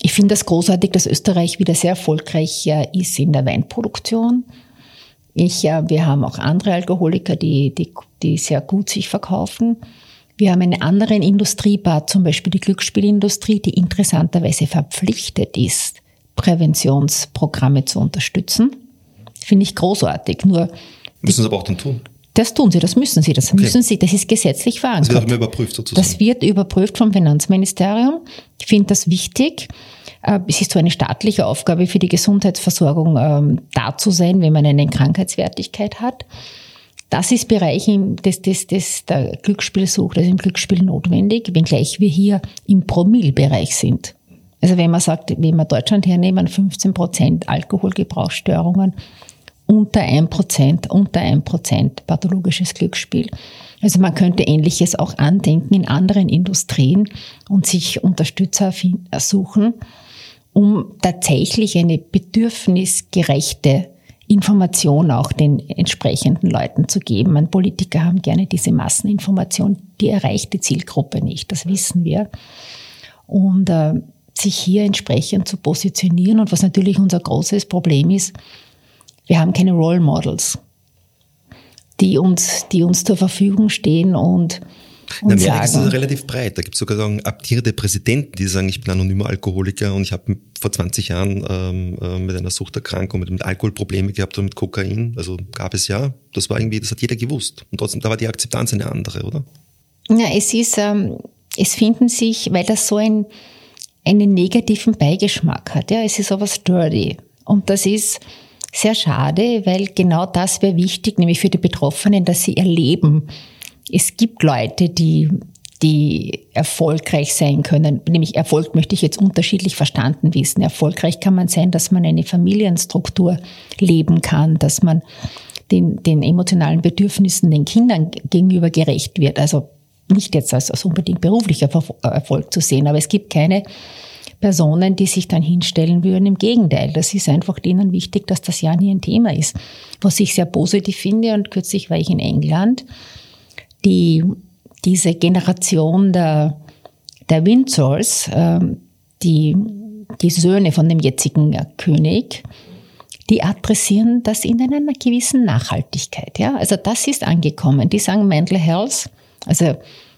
Ich finde das großartig, dass Österreich wieder sehr erfolgreich ist in der Weinproduktion. Ich, wir haben auch andere Alkoholiker, die, die, die sehr gut sich verkaufen. Wir haben einen anderen Industriepart, zum Beispiel die Glücksspielindustrie, die interessanterweise verpflichtet ist, Präventionsprogramme zu unterstützen. Finde ich großartig. Nur müssen sie aber auch dann tun. Das tun sie, das müssen sie, das okay. müssen sie, das ist gesetzlich verankert. Das wird auch immer überprüft sozusagen. Das wird überprüft vom Finanzministerium. Ich finde das wichtig. Es ist so eine staatliche Aufgabe für die Gesundheitsversorgung, ähm, da zu sein, wenn man eine Krankheitswertigkeit hat. Das ist Bereich des, des, des, der Glücksspielsucht, also im Glücksspiel notwendig, wenngleich wir hier im Promillebereich sind. Also wenn man sagt, wenn wir Deutschland hernehmen, fünfzehn Prozent Alkoholgebrauchsstörungen, unter ein Prozent, unter ein Prozent pathologisches Glücksspiel. Also man könnte Ähnliches auch andenken in anderen Industrien und sich Unterstützer suchen, um tatsächlich eine bedürfnisgerechte Information auch den entsprechenden Leuten zu geben. Man, Politiker haben gerne diese Masseninformation, die erreicht die Zielgruppe nicht, das wissen wir. Und äh, sich hier entsprechend zu positionieren. Und was natürlich unser großes Problem ist, wir haben keine Role Models, die uns, die uns zur Verfügung stehen und, und in Amerika sagen. ist es relativ breit. Da gibt es sogar sagen, abtierende Präsidenten, die sagen, ich bin anonymer Alkoholiker und ich habe vor zwanzig Jahren ähm, mit einer Suchterkrankung, mit, mit Alkoholprobleme gehabt und mit Kokain. Also gab es ja. Das war irgendwie, das hat jeder gewusst. Und trotzdem, da war die Akzeptanz eine andere, oder? Ja, es ist, ähm, es finden sich, weil das so ein, einen negativen Beigeschmack hat. Ja, es ist sowas dirty. Und das ist sehr schade, weil genau das wäre wichtig, nämlich für die Betroffenen, dass sie erleben. Es gibt Leute, die, die erfolgreich sein können. Nämlich Erfolg möchte ich jetzt unterschiedlich verstanden wissen. Erfolgreich kann man sein, dass man eine Familienstruktur leben kann, dass man den, den emotionalen Bedürfnissen den Kindern gegenüber gerecht wird. Also nicht jetzt als, als unbedingt beruflicher Erfolg zu sehen, aber es gibt keine Personen, die sich dann hinstellen würden. Im Gegenteil, das ist einfach denen wichtig, dass das ja nie ein Thema ist. Was ich sehr positiv finde, und kürzlich war ich in England, die, diese Generation der, der Windsors, äh, die, die Söhne von dem jetzigen König, die adressieren das in einer gewissen Nachhaltigkeit. Ja? Also das ist angekommen. Die sagen Mental Health, also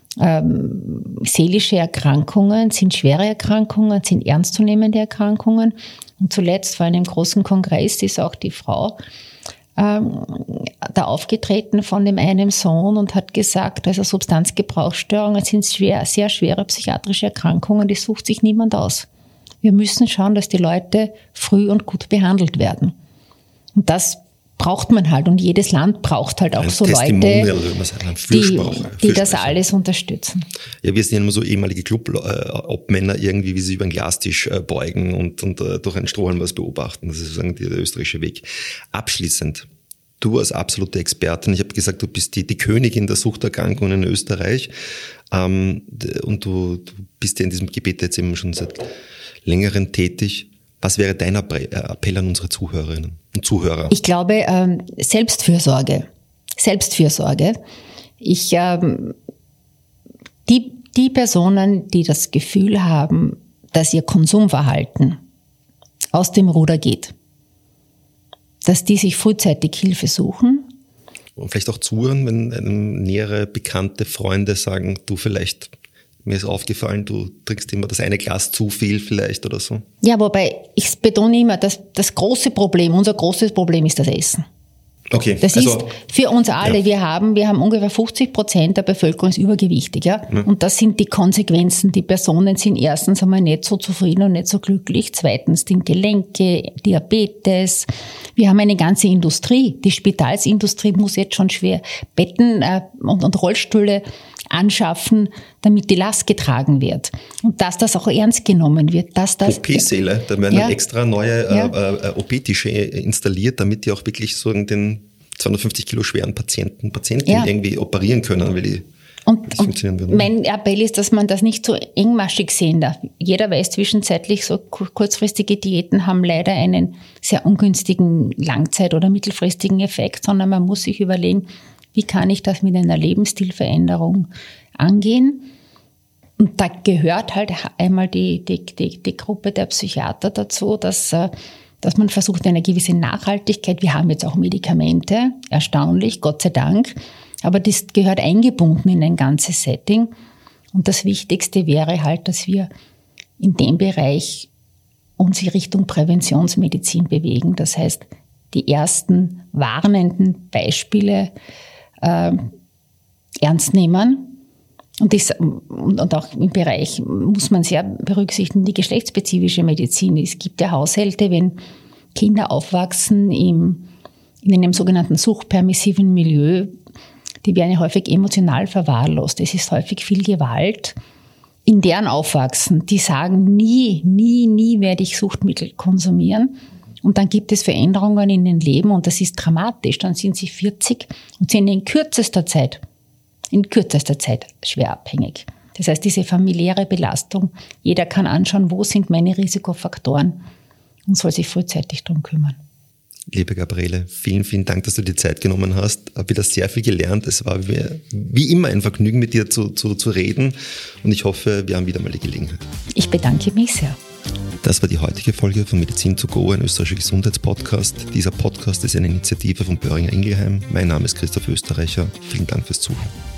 Ähm, seelische Erkrankungen sind schwere Erkrankungen, sind ernstzunehmende Erkrankungen. Und zuletzt vor einem großen Kongress ist auch die Frau ähm, da aufgetreten von dem einen Sohn und hat gesagt, also Substanzgebrauchsstörungen sind schwer, sehr schwere psychiatrische Erkrankungen, die sucht sich niemand aus. Wir müssen schauen, dass die Leute früh und gut behandelt werden. Und das braucht man halt, und jedes Land braucht halt auch ein so Leute, die, die das alles unterstützen. Ja, wir sind ja immer so ehemalige Club-Obmänner irgendwie, wie sie über den Glastisch beugen und, und durch einen Strohhalm was beobachten. Das ist sozusagen der österreichische Weg. Abschließend, du als absolute Expertin, ich habe gesagt, du bist die, die Königin der Suchterkrankungen in Österreich, ähm, und du, du bist ja in diesem Gebiet jetzt eben schon seit längerem tätig. Was wäre dein Appell an unsere Zuhörerinnen und Zuhörer? Ich glaube, ähm, Selbstfürsorge. Selbstfürsorge. Ich, ähm, die, die Personen, die das Gefühl haben, dass ihr Konsumverhalten aus dem Ruder geht, dass die sich frühzeitig Hilfe suchen. Und vielleicht auch zuhören, wenn einem nähere, bekannte Freunde sagen, du vielleicht... Mir ist aufgefallen, du trinkst immer das eine Glas zu viel vielleicht oder so. Ja, wobei ich betone immer, dass das große Problem, unser großes Problem ist das Essen. Okay. Das also, ist für uns alle, ja. wir haben, wir haben ungefähr fünfzig Prozent der Bevölkerung ist übergewichtig, ja? ja. Und das sind die Konsequenzen. Die Personen sind erstens einmal nicht so zufrieden und nicht so glücklich. Zweitens die Gelenke, Diabetes. Wir haben eine ganze Industrie. Die Spitalsindustrie muss jetzt schon schwer Betten äh, und, und Rollstühle anschaffen, damit die Last getragen wird. Und dass das auch ernst genommen wird. Dass das O P-Säle, da werden ja. dann extra neue ja. äh, äh, O P-Tische installiert, damit die auch wirklich so den zweihundertfünfzig Kilo schweren Patienten, Patienten ja. irgendwie operieren können, weil die und, und mein Appell ist, dass man das nicht so engmaschig sehen darf. Jeder weiß zwischenzeitlich, so kurzfristige Diäten haben leider einen sehr ungünstigen Langzeit- oder mittelfristigen Effekt, sondern man muss sich überlegen, wie kann ich das mit einer Lebensstilveränderung angehen? Und da gehört halt einmal die, die, die, die Gruppe der Psychiater dazu, dass, dass man versucht, eine gewisse Nachhaltigkeit, wir haben jetzt auch Medikamente, erstaunlich, Gott sei Dank, aber das gehört eingebunden in ein ganzes Setting. Und das Wichtigste wäre halt, dass wir in dem Bereich uns in Richtung Präventionsmedizin bewegen. Das heißt, die ersten warnenden Beispiele äh, ernst nehmen. Und, das, und auch im Bereich muss man sehr berücksichtigen, die geschlechtsspezifische Medizin. Es gibt ja Haushalte, wenn Kinder aufwachsen im, in einem sogenannten suchtpermissiven Milieu, die werden ja häufig emotional verwahrlost. Es ist häufig viel Gewalt. In deren Aufwachsen, die sagen nie, nie, nie werde ich Suchtmittel konsumieren. Und dann gibt es Veränderungen in den Leben und das ist dramatisch. Dann sind sie vierzig und sind in kürzester Zeit in kürzester Zeit schwer abhängig. Das heißt, diese familiäre Belastung, jeder kann anschauen, wo sind meine Risikofaktoren und soll sich frühzeitig darum kümmern. Liebe Gabriele, vielen, vielen Dank, dass du dir Zeit genommen hast. Ich habe wieder sehr viel gelernt. Es war wie, wie immer ein Vergnügen, mit dir zu, zu, zu reden und ich hoffe, wir haben wieder mal die Gelegenheit. Ich bedanke mich sehr. Das war die heutige Folge von Medizin to go, ein österreichischer Gesundheitspodcast. Dieser Podcast ist eine Initiative von Boehringer Ingelheim. Mein Name ist Christoph Österreicher. Vielen Dank fürs Zuhören.